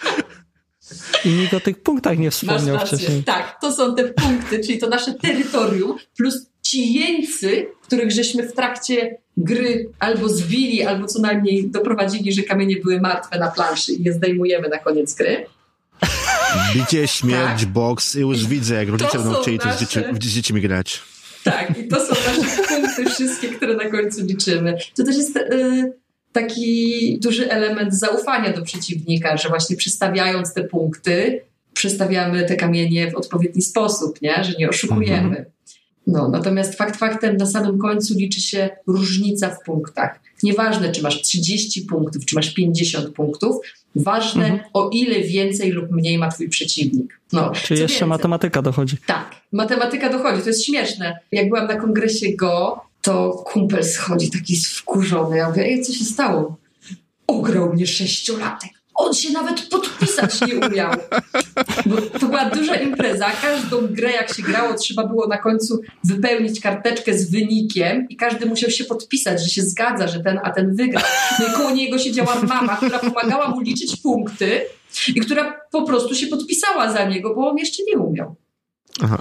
I nikt o tych punktach nie wspomniał Masz rację. Wcześniej. Tak, to są te punkty, czyli to nasze terytorium, plus ci jeńcy, których żeśmy w trakcie gry albo zbili, albo co najmniej doprowadzili, że kamienie były martwe na planszy i je zdejmujemy na koniec gry. Bicie, śmierć, tak. Boks i już widzę, jak rodzice to będą chcieli nasze... z, dzieci, z dziećmi grać. Tak, i to są nasze punkty wszystkie, które na końcu liczymy. To też jest yy, taki duży element zaufania do przeciwnika, że właśnie przestawiając te punkty, przestawiamy te kamienie w odpowiedni sposób, nie? Że nie oszukujemy. Mhm. No, natomiast fakt faktem na samym końcu liczy się różnica w punktach. Nieważne, czy masz trzydzieści punktów, czy masz pięćdziesiąt punktów, ważne, mhm. o ile więcej lub mniej ma twój przeciwnik. No, czyli jeszcze więcej. Matematyka dochodzi. Tak, matematyka dochodzi, to jest śmieszne. Jak byłam na kongresie Go, to kumpel schodzi taki wkurzony. Ja mówię, ej, co się stało? Ograł mnie sześciolatek. On się nawet podpisać nie umiał. Bo to była duża impreza. Każdą grę, jak się grało, trzeba było na końcu wypełnić karteczkę z wynikiem i każdy musiał się podpisać, że się zgadza, że ten a ten wygra. No i koło niego siedziała mama, która pomagała mu liczyć punkty i która po prostu się podpisała za niego, bo on jeszcze nie umiał. Aha.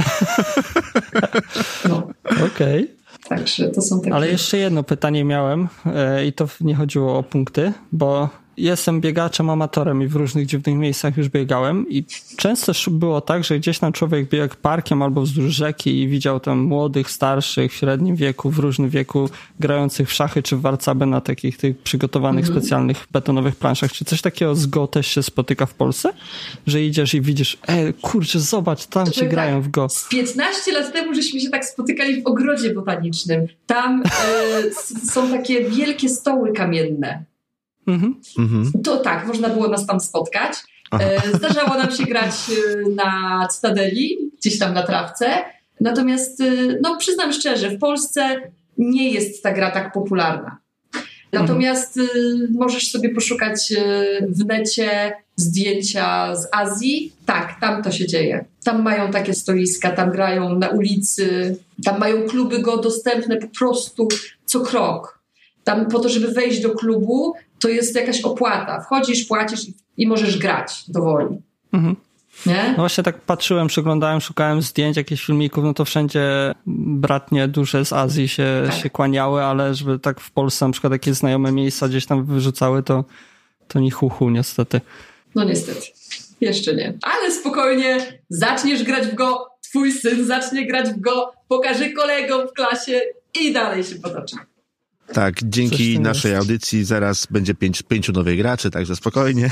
No. Okej. Okay. Także to są takie... Ale jeszcze jedno pytanie miałem yy, i to nie chodziło o punkty, bo jestem biegaczem amatorem i w różnych dziwnych miejscach już biegałem i często było tak, że gdzieś tam człowiek biegł parkiem albo wzdłuż rzeki i widział tam młodych, starszych, w średnim wieku, w różnym wieku grających w szachy czy w warcaby na takich tych przygotowanych mhm. specjalnych betonowych planszach. Czy coś takiego z Go też się spotyka w Polsce? Że idziesz i widzisz, e, kurczę, zobacz, tam to ci grają tak, w Go. Z piętnaście lat temu żeśmy się tak spotykali w ogrodzie botanicznym. Tam e, są takie wielkie stoły kamienne. Mm-hmm. To tak, można było nas tam spotkać. E, zdarzało nam się grać na Cytadeli, gdzieś tam na trawce. Natomiast, no przyznam szczerze, w Polsce nie jest ta gra tak popularna. Natomiast mm-hmm. możesz sobie poszukać w necie zdjęcia z Azji. Tak, tam to się dzieje. Tam mają takie stoiska, tam grają na ulicy, tam mają kluby Go dostępne po prostu co krok. Tam po to, żeby wejść do klubu, to jest jakaś opłata. Wchodzisz, płacisz i, i możesz grać do woli. Mhm. Nie? No właśnie tak patrzyłem, przeglądałem, szukałem zdjęć, jakichś filmików, no to wszędzie bratnie duże z Azji się, tak. się kłaniały, ale żeby tak w Polsce na przykład takie znajome miejsca gdzieś tam wyrzucały, to, to ni chuchu niestety. No niestety. Jeszcze nie. Ale spokojnie, zaczniesz grać w Go, twój syn zacznie grać w Go, pokaże kolegom w klasie i dalej się potoczy. Tak, dzięki naszej jest. audycji zaraz będzie pięć, pięciu nowych graczy, także spokojnie.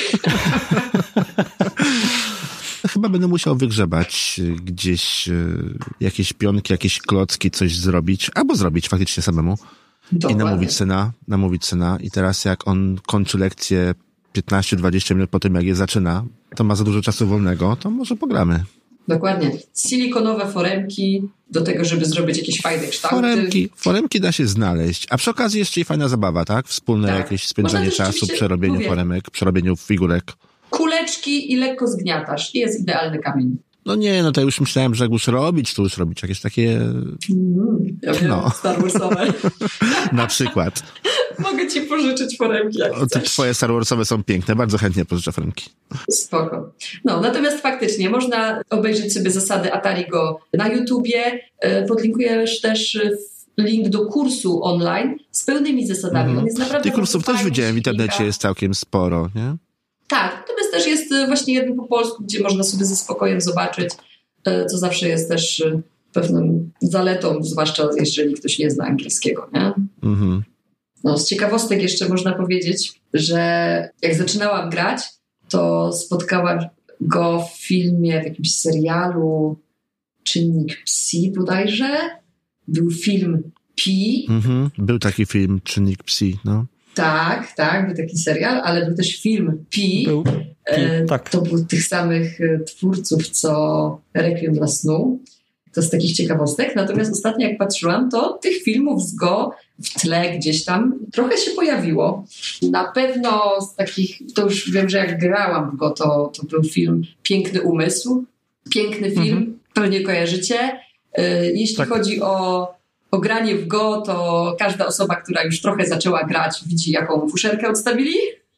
Chyba będę musiał wygrzebać gdzieś jakieś pionki, jakieś klocki, coś zrobić, albo zrobić faktycznie samemu. Dokładnie. I namówić syna, namówić syna. I teraz jak on kończy lekcję piętnaście dwadzieścia minut po tym, jak je zaczyna, to ma za dużo czasu wolnego, to może pogramy. Dokładnie. Silikonowe foremki do tego, żeby zrobić jakieś fajne kształty. Foremki, foremki da się znaleźć. A przy okazji jeszcze i fajna zabawa, tak? Wspólne tak. jakieś spędzanie czasu, przerobienie mówię, foremek, przerobieniu figurek. Kuleczki i lekko zgniatasz. I jest idealny kamień. No nie, no to już myślałem, że jak już robić, to już robić jakieś takie... Mm, ja wiem, no. Star Warsowe. Na przykład. Mogę ci pożyczyć foremki, jak o, te chcesz. twoje Star Warsowe są piękne, bardzo chętnie pożyczę foremki. Spoko. No, natomiast faktycznie można obejrzeć sobie zasady Atari Go na YouTubie. Podlinkujesz też link do kursu online z pełnymi zasadami. Mhm. On jest naprawdę Tych kursów też widziałem w internecie, silnika. jest całkiem sporo, nie? Tak, natomiast też jest właśnie jeden po polsku, gdzie można sobie ze spokojem zobaczyć, co zawsze jest też pewną zaletą, zwłaszcza jeżeli ktoś nie zna angielskiego, nie? Mhm. No, z ciekawostek jeszcze można powiedzieć, że jak zaczynałam grać, to spotkałam go w filmie, w jakimś serialu Czynnik Psi bodajże. Był film Pi. Mhm. Był taki film Czynnik Psi, no. Tak, tak, był taki serial, ale był też film Pi. Był. Pi, e, tak. To był tych samych twórców, co Requiem dla snu. To z takich ciekawostek. Natomiast ostatnio jak patrzyłam, to tych filmów z Go w tle gdzieś tam trochę się pojawiło. Na pewno z takich, to już wiem, że jak grałam w Go, to, to był film Piękny Umysł. Piękny film, mhm. Pewnie kojarzycie. Jeśli tak. chodzi o, o granie w Go, to każda osoba, która już trochę zaczęła grać, widzi, jaką fuszerkę odstawili.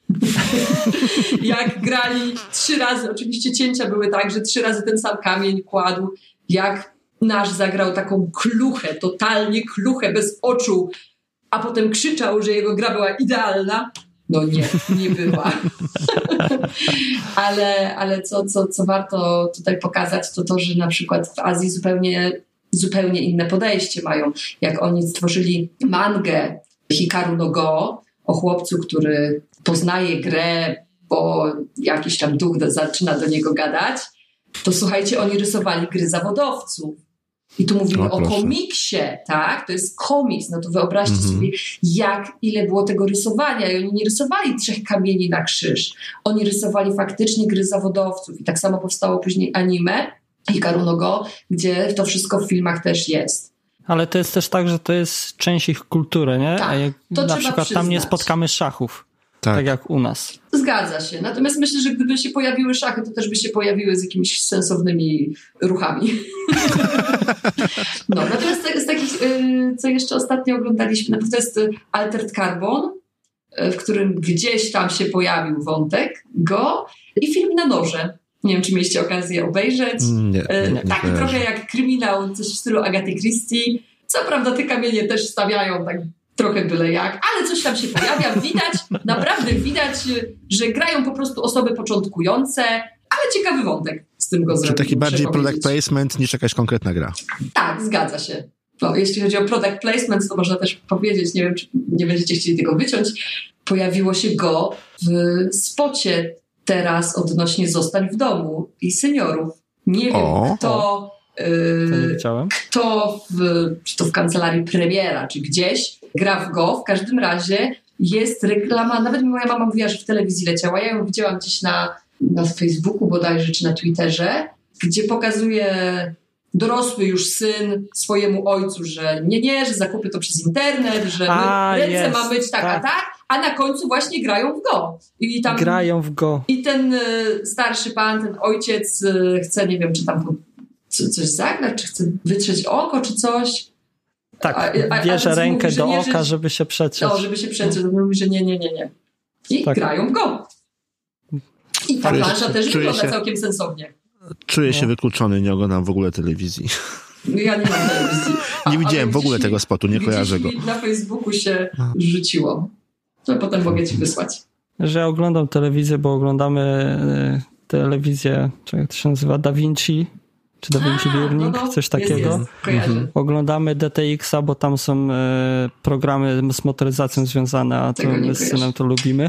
Jak grali trzy razy, oczywiście cięcia były tak, że trzy razy ten sam kamień kładł, jak nasz zagrał taką kluchę, totalnie kluchę, bez oczu, a potem krzyczał, że jego gra była idealna. No nie, nie była. ale ale co, co, co warto tutaj pokazać, to to, że na przykład w Azji zupełnie, zupełnie inne podejście mają. Jak oni stworzyli mangę Hikaru no Go o chłopcu, który poznaje grę, bo jakiś tam duch do, zaczyna do niego gadać, to słuchajcie, oni rysowali gry zawodowców. I tu mówimy o, o komiksie, tak? To jest komiks. No to wyobraźcie mm-hmm. sobie, jak, ile było tego rysowania. I oni nie rysowali trzech kamieni na krzyż. Oni rysowali faktycznie gry zawodowców. I tak samo powstało później anime Hikaru no Go, gdzie to wszystko w filmach też jest. Ale to jest też tak, że to jest część ich kultury, nie? Tak, A jak na przykład przyznać. Tam nie spotkamy szachów. Tak. tak jak u nas. Zgadza się. Natomiast myślę, że gdyby się pojawiły szachy, to też by się pojawiły z jakimiś sensownymi ruchami. No, natomiast z takich, co jeszcze ostatnio oglądaliśmy, to jest Altered Carbon, w którym gdzieś tam się pojawił wątek Go i film na noże. Nie wiem, czy mieliście okazję obejrzeć. Nie, nie, Taki nie trochę jak kryminał, coś w stylu Agaty Christie. Co prawda te kamienie też stawiają tak trochę byle jak, ale coś tam się pojawia, widać, naprawdę widać, że grają po prostu osoby początkujące, ale ciekawy wątek z tym go zrobił. Czy taki bardziej product placement niż jakaś konkretna gra? Tak, zgadza się. No, jeśli chodzi o product placement, to można też powiedzieć, nie wiem, czy nie będziecie chcieli tego wyciąć, pojawiło się Go w spocie teraz odnośnie zostań w domu i seniorów. Nie wiem, o, kto... O. Yy, kto w, czy to w kancelarii premiera, czy gdzieś gra w Go, w każdym razie jest reklama, nawet moja mama mówiła, że w telewizji leciała, ja ją widziałam gdzieś na, na Facebooku bodajże, czy na Twitterze, gdzie pokazuje dorosły już syn swojemu ojcu, że nie, nie, że zakupy to przez internet, że a, ręce jest, ma być tak, tak, a tak, a na końcu właśnie grają w Go. I tam, grają w Go. I ten y, starszy pan, ten ojciec y, chce, nie wiem, czy tam coś zagrać, czy chce wytrzeć oko, czy coś. Tak, a, a, bierze a rękę mówi, do nie, oka, że, żeby się przetrzeć. No, żeby się przetrzeć. Mówi, że nie, nie, nie, nie. I tak. grają w Go. I ta plansza też wygląda się, całkiem sensownie. Czuję no. się wykluczony, nie oglądam w ogóle telewizji. Ja nie mam telewizji. A, nie widziałem w ogóle tego spotu, nie kojarzę go. Na Facebooku się no. rzuciło. To potem mogę ci wysłać. Że ja oglądam telewizję, bo oglądamy telewizję, czy jak to się nazywa, Da Vinci, czy Da Vinci Learning, no, no, coś takiego. Jest, jest. Oglądamy D T X a, bo tam są e, programy z motoryzacją związane, a to my z synem to lubimy.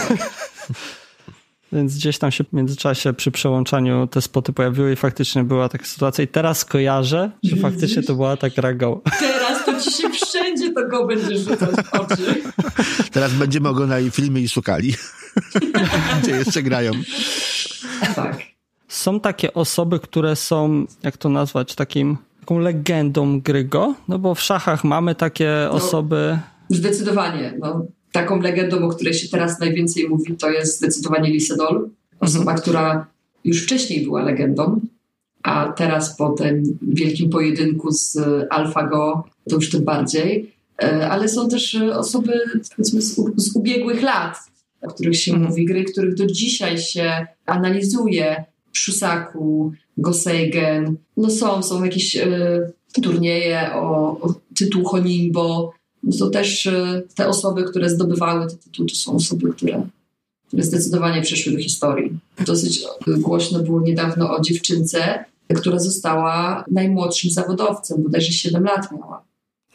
Więc gdzieś tam się w międzyczasie przy przełączaniu te spoty pojawiły i faktycznie była taka sytuacja. I teraz kojarzę, że faktycznie to była ta gra Go. Teraz to ci się wszędzie to Go będzie rzucać w oczy. Teraz będziemy oglądali filmy i szukali, gdzie jeszcze grają. Tak. Są takie osoby, które są, jak to nazwać, takim, taką legendą gry Go, no bo w szachach mamy takie no, osoby... Zdecydowanie. No, taką legendą, o której się teraz najwięcej mówi, to jest zdecydowanie Lee Sedol. Osoba, mhm. która już wcześniej była legendą. a teraz po tym wielkim pojedynku z AlphaGo to już tym bardziej. Ale są też osoby, powiedzmy, z, z ubiegłych lat, o których się mm. mówi, gry, których do dzisiaj się analizuje. Prusaku, Goseigen, no są, są jakieś y, turnieje o, o tytuł Honimbo. To też y, te osoby, które zdobywały te tytuły, to są osoby, które, które zdecydowanie przeszły do historii. Dosyć głośno było niedawno o dziewczynce, która została najmłodszym zawodowcem, bodajże siedem lat miała.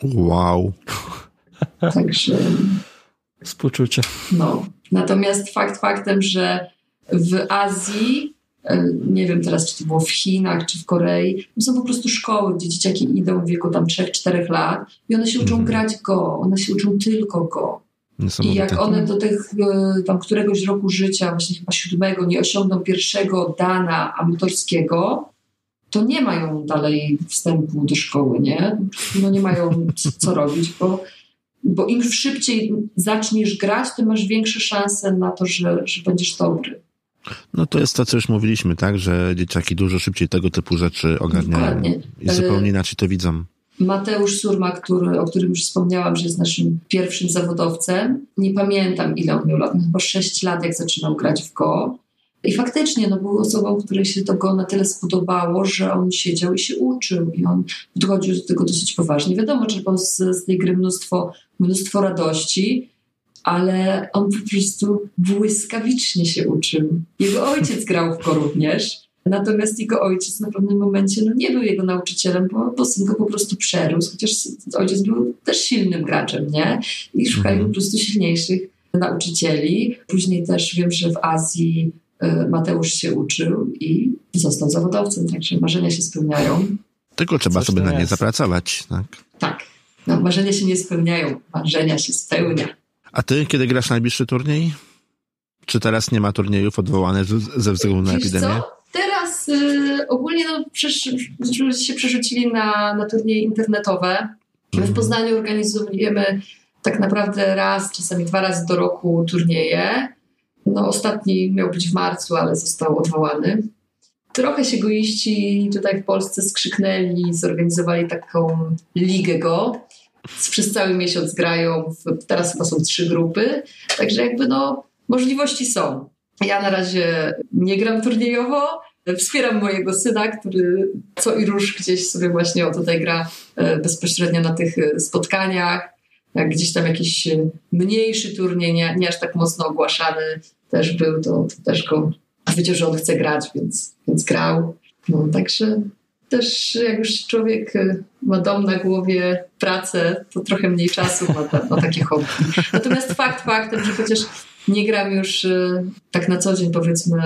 Wow. Także... Współczucie. No. Natomiast fakt faktem, że w Azji, nie wiem teraz, czy to było w Chinach, czy w Korei, są po prostu szkoły, gdzie dzieciaki idą w wieku tam trzech czterech lat i one się uczą mm. grać go, one się uczą tylko go. I jak one do tych tam któregoś roku życia, właśnie chyba siódmego, nie osiągną pierwszego dana amatorskiego, to nie mają dalej wstępu do szkoły, nie? No nie mają co robić, bo, bo im szybciej zaczniesz grać, tym masz większe szanse na to, że, że będziesz dobry. No to jest to, co już mówiliśmy, tak? Że dzieciaki dużo szybciej tego typu rzeczy ogarniają. Dokładnie. I zupełnie inaczej to widzą. Mateusz Surma, który, o którym już wspomniałam, że jest naszym pierwszym zawodowcem. Nie pamiętam, ile on miał lat, chyba sześć lat, jak zaczynał grać w Go. I faktycznie no, był osobą, której się to Go na tyle spodobało, że on siedział i się uczył. I on podchodził do tego dosyć poważnie. Wiadomo, czerpał z, z tej gry mnóstwo, mnóstwo radości, ale on po prostu błyskawicznie się uczył. Jego ojciec grał w Go również, natomiast jego ojciec na pewnym momencie no, nie był jego nauczycielem, bo, bo syn go po prostu przerósł, chociaż ojciec był też silnym graczem, nie? I szukali mhm. po prostu silniejszych nauczycieli. Później też wiem, że w Azji y, Mateusz się uczył i został zawodowcem, także marzenia się spełniają. Tylko trzeba Coś sobie na nie jest. zapracować, tak? Tak. No, marzenia się nie spełniają, marzenia się spełnia. A ty, kiedy grasz najbliższy turniej? Czy teraz nie ma turniejów odwołanych ze względu na Wiesz epidemię? Co? Teraz y, ogólnie no, przesz, się przerzucili na, na turnieje internetowe. My w Poznaniu organizujemy tak naprawdę raz, czasami dwa razy do roku turnieje. No, ostatni miał być w marcu, ale został odwołany. Trochę się egoiści tutaj w Polsce skrzyknęli, zorganizowali taką ligę Go. Przez cały miesiąc grają, w, teraz chyba są trzy grupy, także jakby no możliwości są. Ja na razie nie gram turniejowo, wspieram mojego syna, który co i róż gdzieś sobie właśnie o tutaj gra bezpośrednio na tych spotkaniach. Jak gdzieś tam jakiś mniejszy turniej, nie, nie aż tak mocno ogłaszany też był, to, to też go wiedział, że on chce grać, więc, więc grał. No, także też jak już człowiek ma dom na głowie, pracę, to trochę mniej czasu ma na takie hobby. Natomiast fakt faktem, że chociaż nie gram już tak na co dzień, powiedzmy,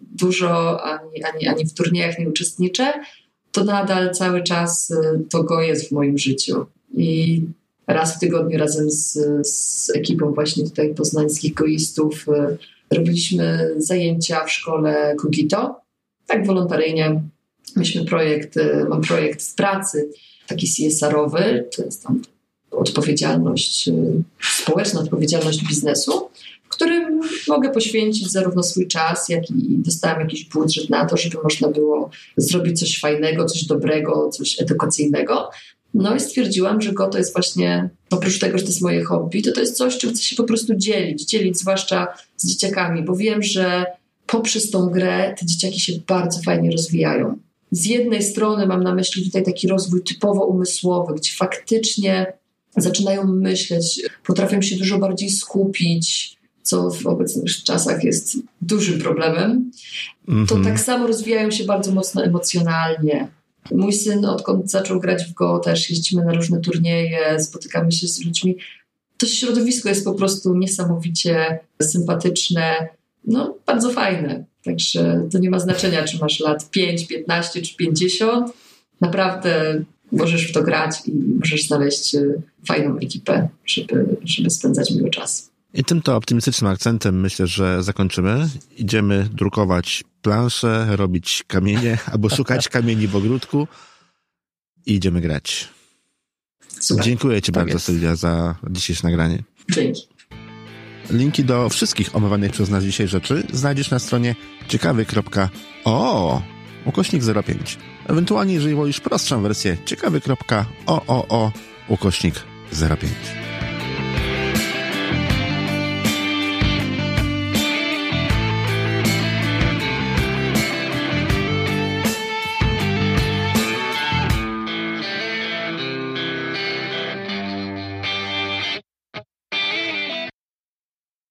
dużo, ani, ani, ani w turniejach nie uczestniczę, to nadal cały czas to Go jest w moim życiu. I raz w tygodniu razem z, z ekipą właśnie tutaj poznańskich goistów robiliśmy zajęcia w szkole Kogito, tak wolontaryjnie. Myśmy projekt, mam projekt w pracy, taki C S R-owy, to jest tam odpowiedzialność, społeczna odpowiedzialność biznesu, w którym mogę poświęcić zarówno swój czas, jak i dostałam jakiś budżet na to, żeby można było zrobić coś fajnego, coś dobrego, coś edukacyjnego. No i stwierdziłam, że Go to jest właśnie, oprócz tego, że to jest moje hobby, to to jest coś, czym chcę się po prostu dzielić, dzielić zwłaszcza z dzieciakami, bo wiem, że poprzez tą grę te dzieciaki się bardzo fajnie rozwijają. Z jednej strony mam na myśli tutaj taki rozwój typowo umysłowy, gdzie faktycznie zaczynają myśleć, potrafią się dużo bardziej skupić, co w obecnych czasach jest dużym problemem. Mm-hmm. To tak samo rozwijają się bardzo mocno emocjonalnie. Mój syn, odkąd zaczął grać w Go, też jeździmy na różne turnieje, spotykamy się z ludźmi. To środowisko jest po prostu niesamowicie sympatyczne, no bardzo fajne. Także to nie ma znaczenia, czy masz lat pięć, piętnaście czy pięćdziesiąt. Naprawdę możesz w to grać i możesz znaleźć fajną ekipę, żeby, żeby spędzać miły czas. I tym to optymistycznym akcentem myślę, że zakończymy. Idziemy drukować plansze, robić kamienie albo szukać kamieni w ogródku i idziemy grać. Super. Dziękuję Ci tak bardzo, jest. Sylwia, za dzisiejsze nagranie. Dzięki. Linki do wszystkich omawianych przez nas dzisiaj rzeczy znajdziesz na stronie ciekawy kropka o ukośnik zero pięć. Ewentualnie, jeżeli wolisz prostszą wersję, ciekawy kropka o o o ukośnik zero pięć.